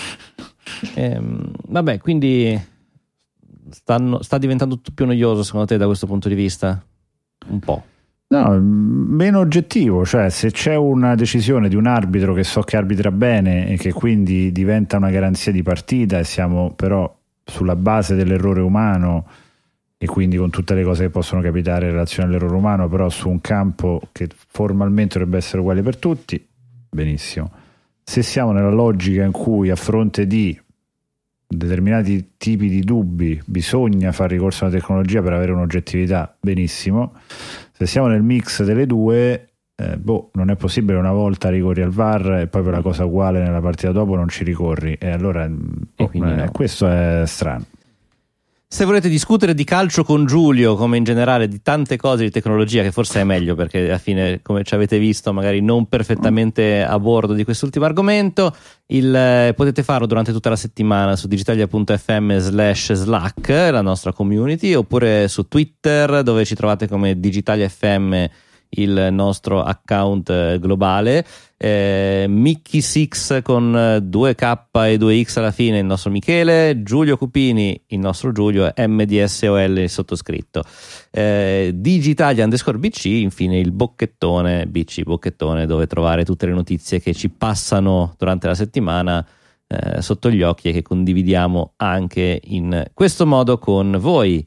Vabbè, quindi sta diventando tutto più noioso secondo te da questo punto di vista? Un po'. No, meno oggettivo, cioè se c'è una decisione di un arbitro che so che arbitra bene e che quindi diventa una garanzia di partita e siamo però sulla base dell'errore umano e quindi con tutte le cose che possono capitare in relazione all'errore umano, però su un campo che formalmente dovrebbe essere uguale per tutti, benissimo. Se siamo nella logica in cui a fronte di determinati tipi di dubbi bisogna fare ricorso alla tecnologia per avere un'oggettività, benissimo. Se siamo nel mix delle due, non è possibile una volta ricorri al VAR e poi per la cosa uguale nella partita dopo non ci ricorri, e allora no. Questo è strano. Se volete discutere di calcio con Giulio, come in generale di tante cose di tecnologia, che forse è meglio perché alla fine, come ci avete visto, magari non perfettamente a bordo di quest'ultimo argomento, potete farlo durante tutta la settimana su digitalia.fm/Slack, la nostra community, oppure su Twitter, dove ci trovate come DigitaliaFM, il nostro account globale. Mickey Six con 2K e 2X alla fine, il nostro Michele, Giulio Cupini, il nostro Giulio, MDSOL il sottoscritto, Digitalia_BC, infine il bocchettone BC Bocchettone, dove trovare tutte le notizie che ci passano durante la settimana sotto gli occhi e che condividiamo anche in questo modo con voi.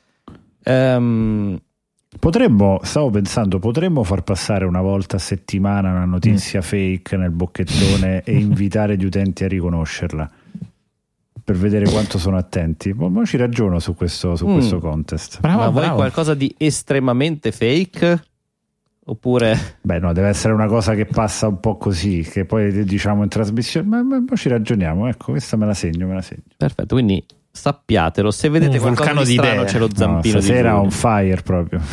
Stavo pensando, potremmo far passare una volta a settimana una notizia fake nel bocchettone e invitare gli utenti a riconoscerla per vedere quanto sono attenti. Ma ci ragiono su questo contest. Ma vuoi qualcosa di estremamente fake? Oppure no, deve essere una cosa che passa un po' così, che poi diciamo in trasmissione, ma ci ragioniamo. Ecco, questa me la segno. Perfetto, quindi sappiatelo, se vedete qualcosa di strano c'è lo zampino di stasera on fire proprio.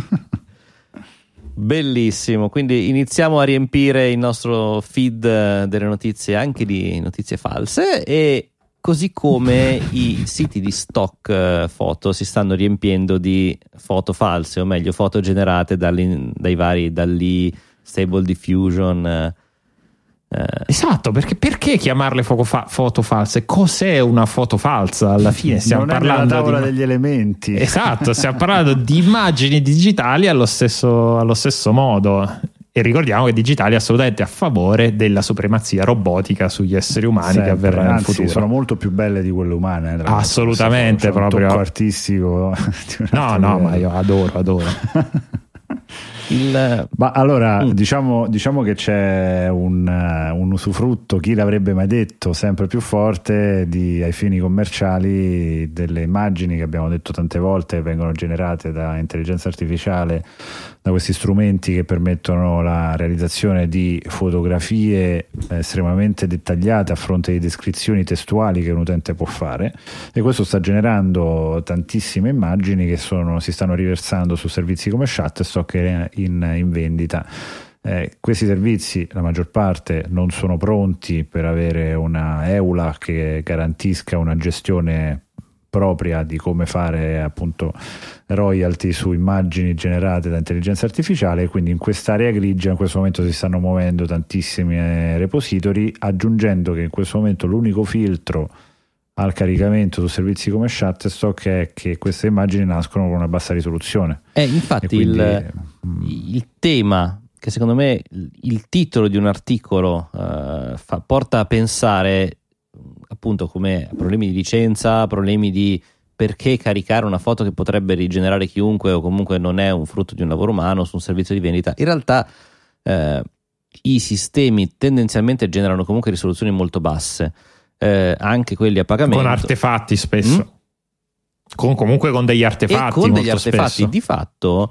Bellissimo, quindi iniziamo a riempire il nostro feed delle notizie, anche di notizie false, e così come i siti di stock foto si stanno riempiendo di foto false, o meglio foto generate dai vari Stable Diffusion. Esatto, perché chiamarle foto false? Cos'è una foto falsa? Alla fine stiamo parlando della tavola degli elementi. Esatto, stiamo parlando di immagini digitali allo stesso modo. E ricordiamo che Digitali è assolutamente a favore della supremazia robotica sugli esseri umani, sempre, che avverrà nel futuro. Sono molto più belle di quelle umane. Assolutamente, proprio un tocco artistico. No, ma io adoro. Ma allora diciamo che c'è un usufrutto, chi l'avrebbe mai detto, sempre più forte ai fini commerciali delle immagini che abbiamo detto tante volte vengono generate da intelligenza artificiale, da questi strumenti che permettono la realizzazione di fotografie estremamente dettagliate a fronte di descrizioni testuali che un utente può fare, e questo sta generando tantissime immagini che si stanno riversando su servizi come Shutterstock in vendita. Questi servizi, la maggior parte, non sono pronti per avere una EULA che garantisca una gestione propria di come fare appunto royalty su immagini generate da intelligenza artificiale, quindi in quest'area grigia in questo momento si stanno muovendo tantissimi repository, aggiungendo che in questo momento l'unico filtro al caricamento su servizi come Shutterstock è che queste immagini nascono con una bassa risoluzione. Infatti quindi il tema, che secondo me il titolo di un articolo porta a pensare appunto come problemi di licenza, problemi di perché caricare una foto che potrebbe rigenerare chiunque o comunque non è un frutto di un lavoro umano su un servizio di vendita. In realtà i sistemi tendenzialmente generano comunque risoluzioni molto basse, anche quelli a pagamento, con artefatti spesso, comunque con degli artefatti, e con degli molto artefatti spesso. Di fatto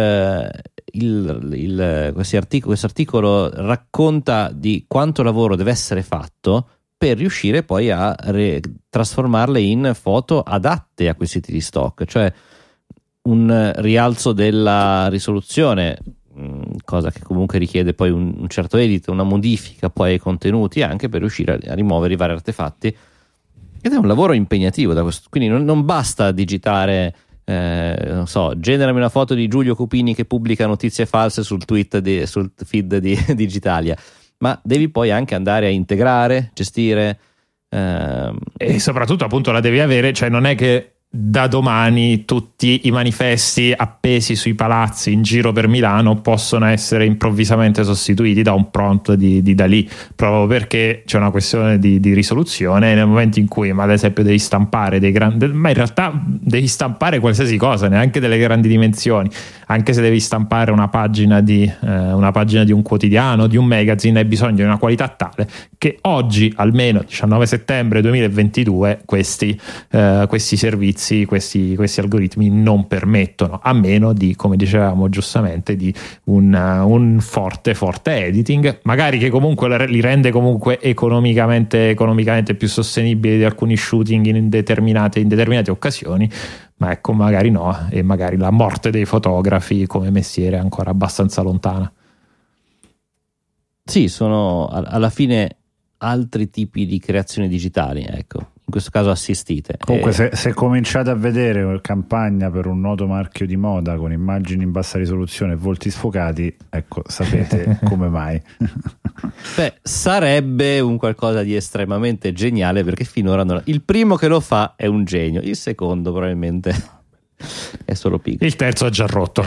questo articolo racconta di quanto lavoro deve essere fatto per riuscire poi a trasformarle in foto adatte a quei siti di stock, cioè un rialzo della risoluzione, cosa che comunque richiede poi un certo edit, una modifica poi ai contenuti, anche per riuscire a rimuovere i vari artefatti, ed è un lavoro impegnativo da questo, quindi non basta digitare non so, generami una foto di Giulio Cupini che pubblica notizie false sul feed di Digitalia, ma devi poi anche andare a integrare, gestire e soprattutto appunto la devi avere, cioè non è che da domani tutti i manifesti appesi sui palazzi in giro per Milano possono essere improvvisamente sostituiti da un prompt di Dalì, proprio perché c'è una questione di risoluzione nel momento in cui, ma ad esempio, devi stampare ma in realtà devi stampare qualsiasi cosa, neanche delle grandi dimensioni, anche se devi stampare una pagina di un quotidiano, di un magazine, hai bisogno di una qualità tale che oggi, almeno 19 settembre 2022, questi servizi, questi algoritmi non permettono, a meno di, come dicevamo giustamente, di un forte editing, magari che comunque li rende comunque economicamente più sostenibili di alcuni shooting in determinate occasioni, ma ecco, magari no, e magari la morte dei fotografi come mestiere è ancora abbastanza lontana. Sì, sono alla fine altri tipi di creazioni digitali, ecco, in questo caso assistite. Comunque se cominciate a vedere una campagna per un noto marchio di moda con immagini in bassa risoluzione e volti sfocati, ecco, sapete come mai. Beh, sarebbe un qualcosa di estremamente geniale, perché finora il primo che lo fa è un genio, il secondo probabilmente è solo piccolo, il terzo è già rotto.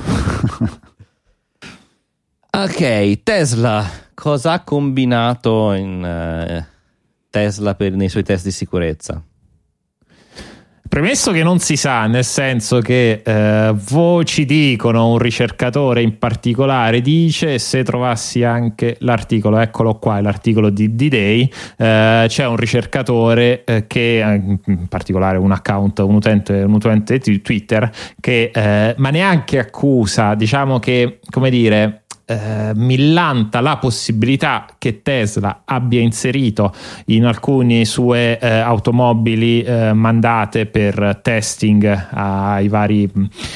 Ok, Tesla, cosa ha combinato in Tesla nei suoi test di sicurezza? Premesso che non si sa, nel senso che voci dicono, un ricercatore in particolare dice, se trovassi anche l'articolo, eccolo qua, l'articolo di D-Day, c'è un ricercatore che, in particolare un utente Twitter, che ma neanche accusa, diciamo che, come dire, millanta la possibilità che Tesla abbia inserito in alcune sue automobili mandate per testing ai vari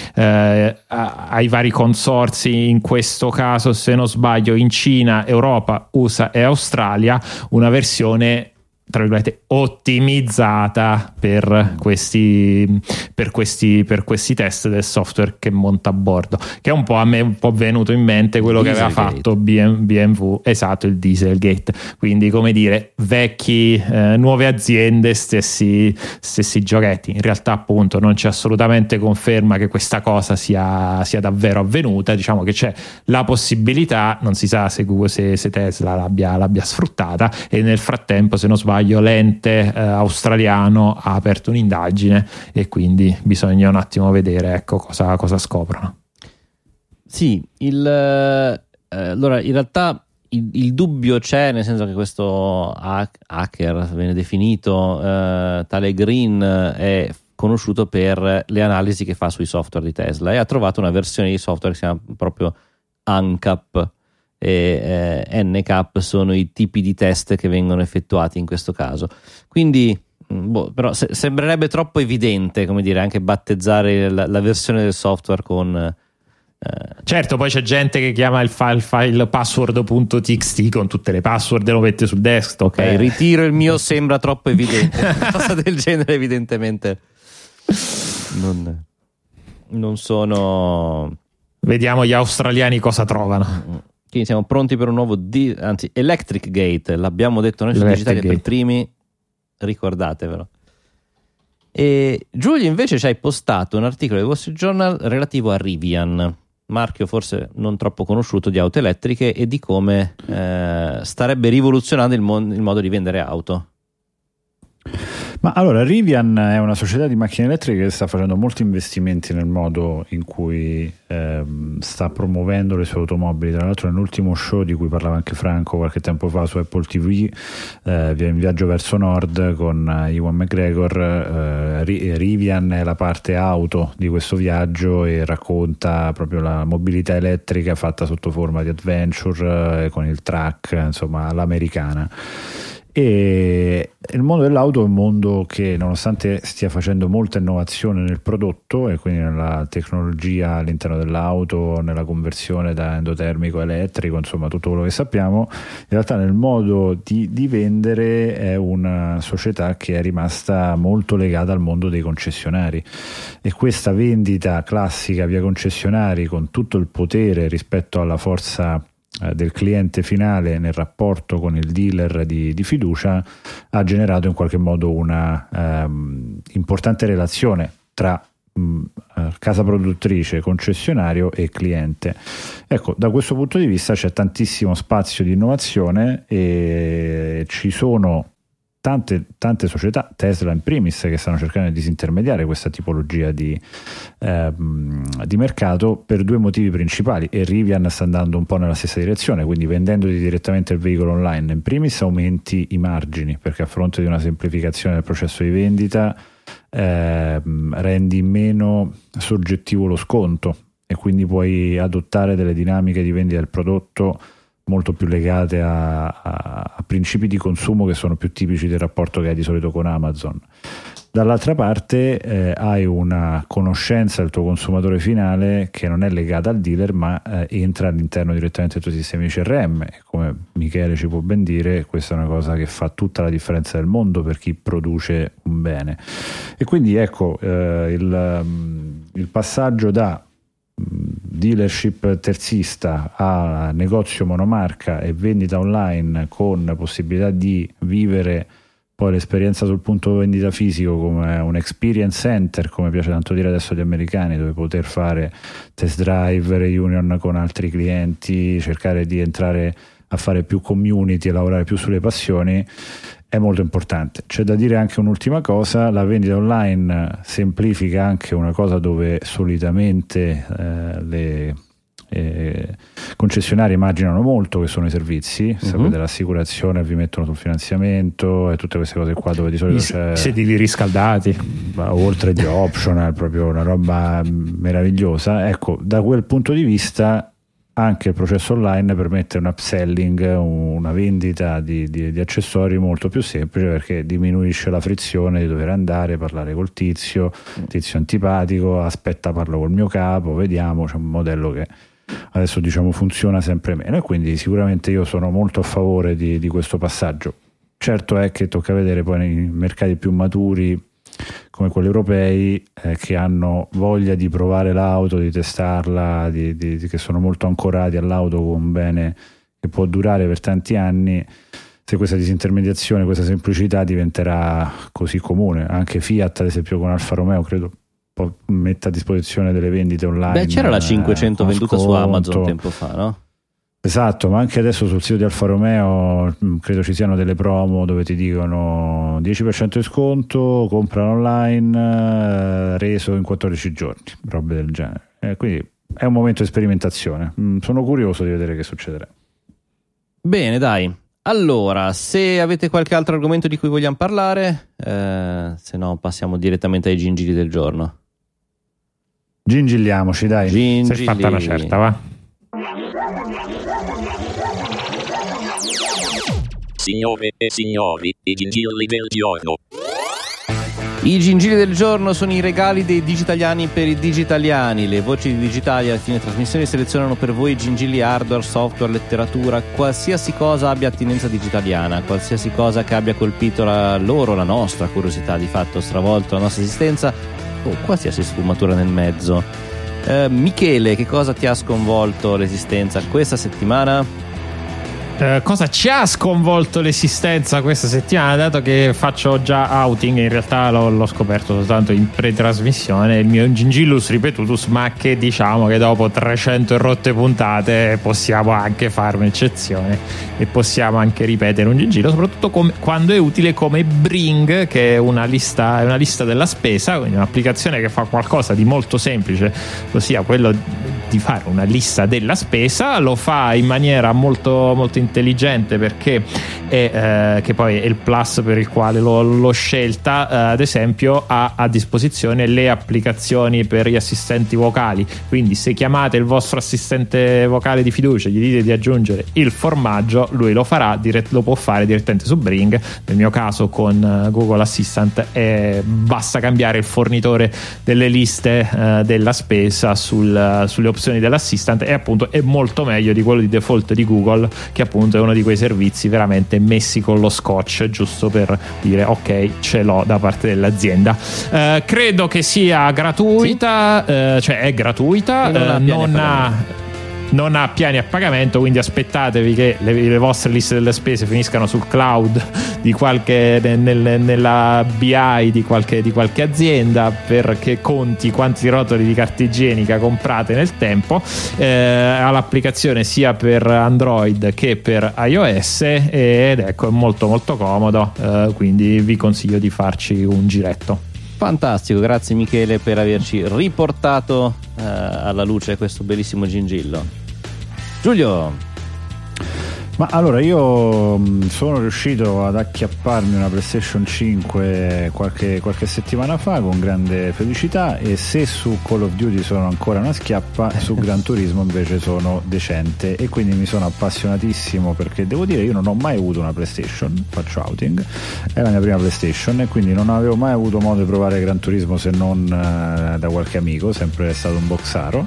consorzi, in questo caso, se non sbaglio, in Cina, Europa, USA e Australia, una versione tra virgolette ottimizzata per questi test del software che monta a bordo, che è un po' a me un po' venuto in mente quello che aveva fatto BMW, esatto, il Dieselgate. Quindi, come dire, nuove aziende, stessi giochetti. In realtà, appunto, non c'è assolutamente conferma che questa cosa sia davvero avvenuta. Diciamo che c'è la possibilità, non si sa se Tesla l'abbia sfruttata, e nel frattempo, se non sbaglio, l'ente australiano ha aperto un'indagine, e quindi bisogna un attimo vedere, ecco, cosa scoprono. Sì, allora in realtà il dubbio c'è, nel senso che questo hacker viene definito, tale Green è conosciuto per le analisi che fa sui software di Tesla e ha trovato una versione di software che si chiama proprio NCAP, e NCAP sono i tipi di test che vengono effettuati in questo caso. Quindi però sembrerebbe troppo evidente, come dire, anche battezzare la versione del software con certo, poi c'è gente che chiama il file password.txt con tutte le password e lo mette sul desktop. Ok, ritiro il mio, sembra troppo evidente. Una cosa del genere evidentemente non sono. Vediamo gli australiani cosa trovano. Quindi siamo pronti per un nuovo Electric Gate, l'abbiamo detto noi su Digitale per primi, ricordatevelo. E Giulio invece ci hai postato un articolo del Wall Street Journal relativo a Rivian, marchio forse non troppo conosciuto di auto elettriche, e di come starebbe rivoluzionando il modo di vendere auto. Ma allora, Rivian è una società di macchine elettriche che sta facendo molti investimenti nel modo in cui sta promuovendo le sue automobili. Tra l'altro nell'ultimo show di cui parlava anche Franco qualche tempo fa su Apple TV, in Viaggio verso Nord con Ewan McGregor, Rivian è la parte auto di questo viaggio e racconta proprio la mobilità elettrica fatta sotto forma di adventure, con il truck, insomma, all'americana. E il mondo dell'auto è un mondo che, nonostante stia facendo molta innovazione nel prodotto e quindi nella tecnologia all'interno dell'auto, nella conversione da endotermico a elettrico, insomma tutto quello che sappiamo, in realtà nel modo di vendere è una società che è rimasta molto legata al mondo dei concessionari, e questa vendita classica via concessionari, con tutto il potere rispetto alla forza del cliente finale nel rapporto con il dealer di fiducia, ha generato in qualche modo una importante relazione tra casa produttrice, concessionario e cliente. Ecco, da questo punto di vista c'è tantissimo spazio di innovazione e ci sono tante società, Tesla in primis, che stanno cercando di disintermediare questa tipologia di mercato per due motivi principali, e Rivian sta andando un po' nella stessa direzione, quindi vendendoti direttamente il veicolo online in primis aumenti i margini, perché a fronte di una semplificazione del processo di vendita rendi meno soggettivo lo sconto e quindi puoi adottare delle dinamiche di vendita del prodotto molto più legate a principi di consumo che sono più tipici del rapporto che hai di solito con Amazon. Dall'altra parte hai una conoscenza del tuo consumatore finale che non è legata al dealer, ma entra all'interno direttamente dei tuoi sistemi di CRM, e come Michele ci può ben dire, questa è una cosa che fa tutta la differenza del mondo per chi produce un bene. E quindi ecco, il passaggio da dealership terzista a negozio monomarca e vendita online, con possibilità di vivere poi l'esperienza sul punto vendita fisico come un experience center, come piace tanto dire adesso agli americani, dove poter fare test drive, reunion con altri clienti, cercare di entrare a fare più community e lavorare più sulle passioni, è molto importante. C'è da dire anche un'ultima cosa: la vendita online semplifica anche una cosa dove solitamente le concessionari immaginano molto, che sono i servizi. Sapete, l'assicurazione vi mettono sul finanziamento e tutte queste cose qua, dove di solito c'è sedili riscaldati, oltre di optional, proprio una roba meravigliosa. Ecco, da quel punto di vista anche il processo online permette un upselling, una vendita di accessori molto più semplice, perché diminuisce la frizione di dover andare a parlare col tizio antipatico, aspetta, parlo col mio capo, vediamo. C'è un modello che adesso diciamo funziona sempre meno, e quindi sicuramente io sono molto a favore di questo passaggio. Certo è che tocca vedere poi nei mercati più maturi come quelli europei, che hanno voglia di provare l'auto, di testarla, che sono molto ancorati all'auto come un bene che può durare per tanti anni. Se questa disintermediazione, questa semplicità diventerà così comune, anche Fiat ad esempio con Alfa Romeo credo mette a disposizione delle vendite online. Beh, c'era la 500 venduta su Amazon tempo fa, no? Esatto, ma anche adesso sul sito di Alfa Romeo credo ci siano delle promo dove ti dicono 10% di sconto, compra online, reso in 14 giorni, robe del genere. Quindi è un momento di sperimentazione. Sono curioso di vedere che succederà. Bene, dai. Allora, se avete qualche altro argomento di cui vogliamo parlare, se no passiamo direttamente ai gingilli del giorno. Gingilliamoci, dai. Si è fatta una certa, va. Signore e signori, i gingilli del giorno. I gingilli del giorno sono i regali dei digitaliani per i digitaliani. Le voci di Digitalia a fine trasmissione selezionano per voi gingilli hardware, software, letteratura, qualsiasi cosa abbia attinenza digitaliana, qualsiasi cosa che abbia colpito la nostra curiosità, di fatto stravolto la nostra esistenza, o qualsiasi sfumatura nel mezzo. Michele, che cosa ti ha sconvolto l'esistenza questa settimana? Cosa ci ha sconvolto l'esistenza questa settimana, dato che faccio già outing, in realtà l'ho scoperto soltanto in pre-trasmissione, il mio gingillus ripetutus, ma che diciamo che dopo 300 rotte puntate possiamo anche fare un'eccezione e possiamo anche ripetere un gingillo, soprattutto quando è utile, come Bring, che è una lista della spesa, quindi un'applicazione che fa qualcosa di molto semplice, ossia quello di fare una lista della spesa. Lo fa in maniera molto molto intelligente, perché che poi è il plus per il quale l'ho scelta. Ad esempio ha a disposizione le applicazioni per gli assistenti vocali, quindi se chiamate il vostro assistente vocale di fiducia, gli dite di aggiungere il formaggio, lui lo farà, lo può fare direttamente su Bring. Nel mio caso con Google Assistant basta cambiare il fornitore delle liste della spesa sulle opzioni dell'assistant, e appunto è molto meglio di quello di default di Google, che appunto è uno di quei servizi veramente messi con lo scotch, giusto per dire ok, ce l'ho da parte dell'azienda. Credo che sia gratuita, sì. Cioè è gratuita, non ha piani a pagamento, quindi aspettatevi che le vostre liste delle spese finiscano sul cloud di nella BI di qualche azienda, perché conti quanti rotoli di carta igienica comprate nel tempo. Ha l'applicazione sia per Android che per iOS, ed ecco, è molto molto comodo, quindi vi consiglio di farci un giretto. Fantastico, grazie Michele per averci riportato alla luce questo bellissimo gingillo. Giulio. Ma allora, io sono riuscito ad acchiapparmi una PlayStation 5 qualche settimana fa con grande felicità, e se su Call of Duty sono ancora una schiappa, su Gran Turismo invece sono decente, e quindi mi sono appassionatissimo, perché devo dire io non ho mai avuto una PlayStation, faccio outing, è la mia prima PlayStation, e quindi non avevo mai avuto modo di provare Gran Turismo se non da qualche amico, sempre è stato un boxaro.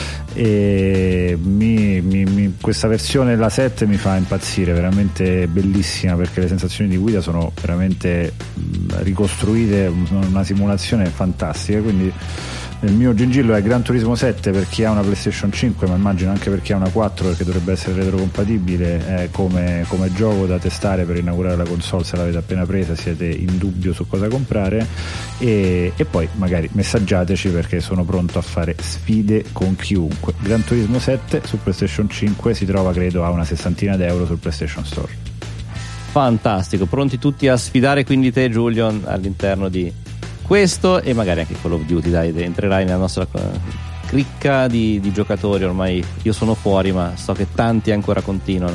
E questa versione, la 7, mi fa impazzire, veramente bellissima, perché le sensazioni di guida sono veramente ricostruite, una simulazione fantastica. Quindi il mio gingillo è Gran Turismo 7 per chi ha una PlayStation 5, ma immagino anche per chi ha una 4, perché dovrebbe essere retrocompatibile, come gioco da testare per inaugurare la console. Se l'avete appena presa, siete in dubbio su cosa comprare, e poi magari messaggiateci, perché sono pronto a fare sfide con chiunque. Gran Turismo 7 su PlayStation 5 si trova credo a una sessantina d'euro sul PlayStation Store. Fantastico, pronti tutti a sfidare quindi te, Giulio, all'interno di questo, e magari anche Call of Duty. Dai, entrerai nella nostra cricca di giocatori. Ormai io sono fuori, ma so che tanti ancora continuano.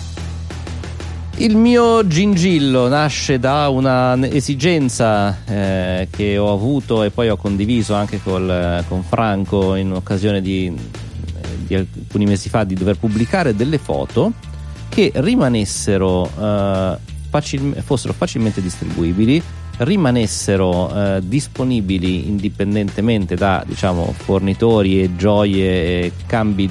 Il mio gingillo nasce da una esigenza che ho avuto e poi ho condiviso anche con Franco in occasione di alcuni mesi fa, di dover pubblicare delle foto che rimanessero fossero facilmente distribuibili, rimanessero disponibili indipendentemente da, diciamo, fornitori e gioie e cambi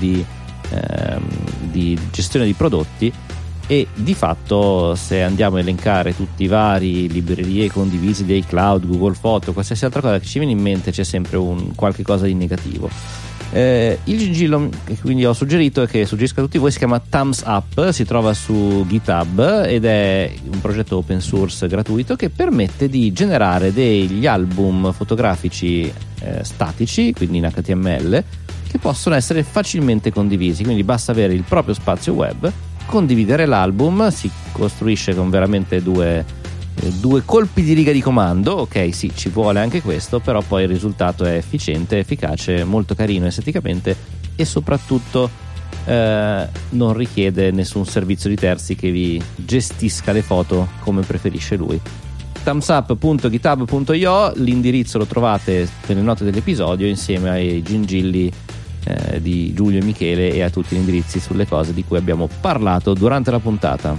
di gestione di prodotti. E di fatto, se andiamo a elencare tutti i vari librerie condivisi dei cloud, Google Foto, qualsiasi altra cosa che ci viene in mente, c'è sempre qualche cosa di negativo. Il gingillo che quindi ho suggerito e che suggerisco a tutti voi si chiama Thumbs Up, si trova su GitHub ed è un progetto open source gratuito che permette di generare degli album fotografici statici, quindi in HTML, che possono essere facilmente condivisi. Quindi basta avere il proprio spazio web, condividere l'album, si costruisce con veramente due colpi di riga di comando. Ok, sì, ci vuole anche questo, però poi il risultato è efficiente, efficace, molto carino esteticamente e soprattutto non richiede nessun servizio di terzi che vi gestisca le foto come preferisce lui. thumbsup.github.io, l'indirizzo lo trovate nelle note dell'episodio insieme ai gingilli di Giulio e Michele e a tutti gli indirizzi sulle cose di cui abbiamo parlato durante la puntata.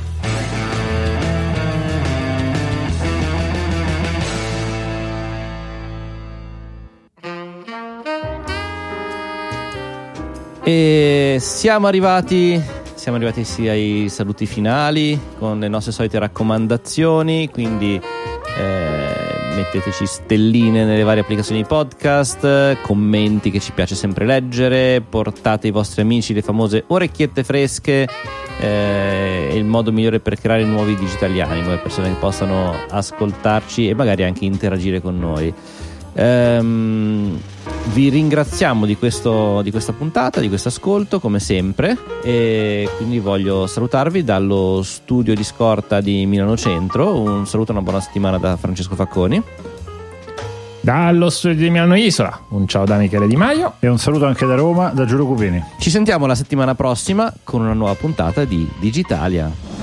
E siamo arrivati sì ai saluti finali con le nostre solite raccomandazioni, quindi metteteci stelline nelle varie applicazioni di podcast, commenti che ci piace sempre leggere, portate ai vostri amici le famose orecchiette fresche, è il modo migliore per creare nuovi digitaliani, nuove persone che possano ascoltarci e magari anche interagire con noi. Vi ringraziamo di questa puntata, di questo ascolto come sempre, e quindi voglio salutarvi dallo studio di Scorta di Milano Centro. Un saluto e una buona settimana da Francesco Facconi. Dallo studio di Milano Isola un ciao da Michele Di Maio e un saluto anche da Roma da Giulio Cupini. Ci sentiamo la settimana prossima con una nuova puntata di Digitalia.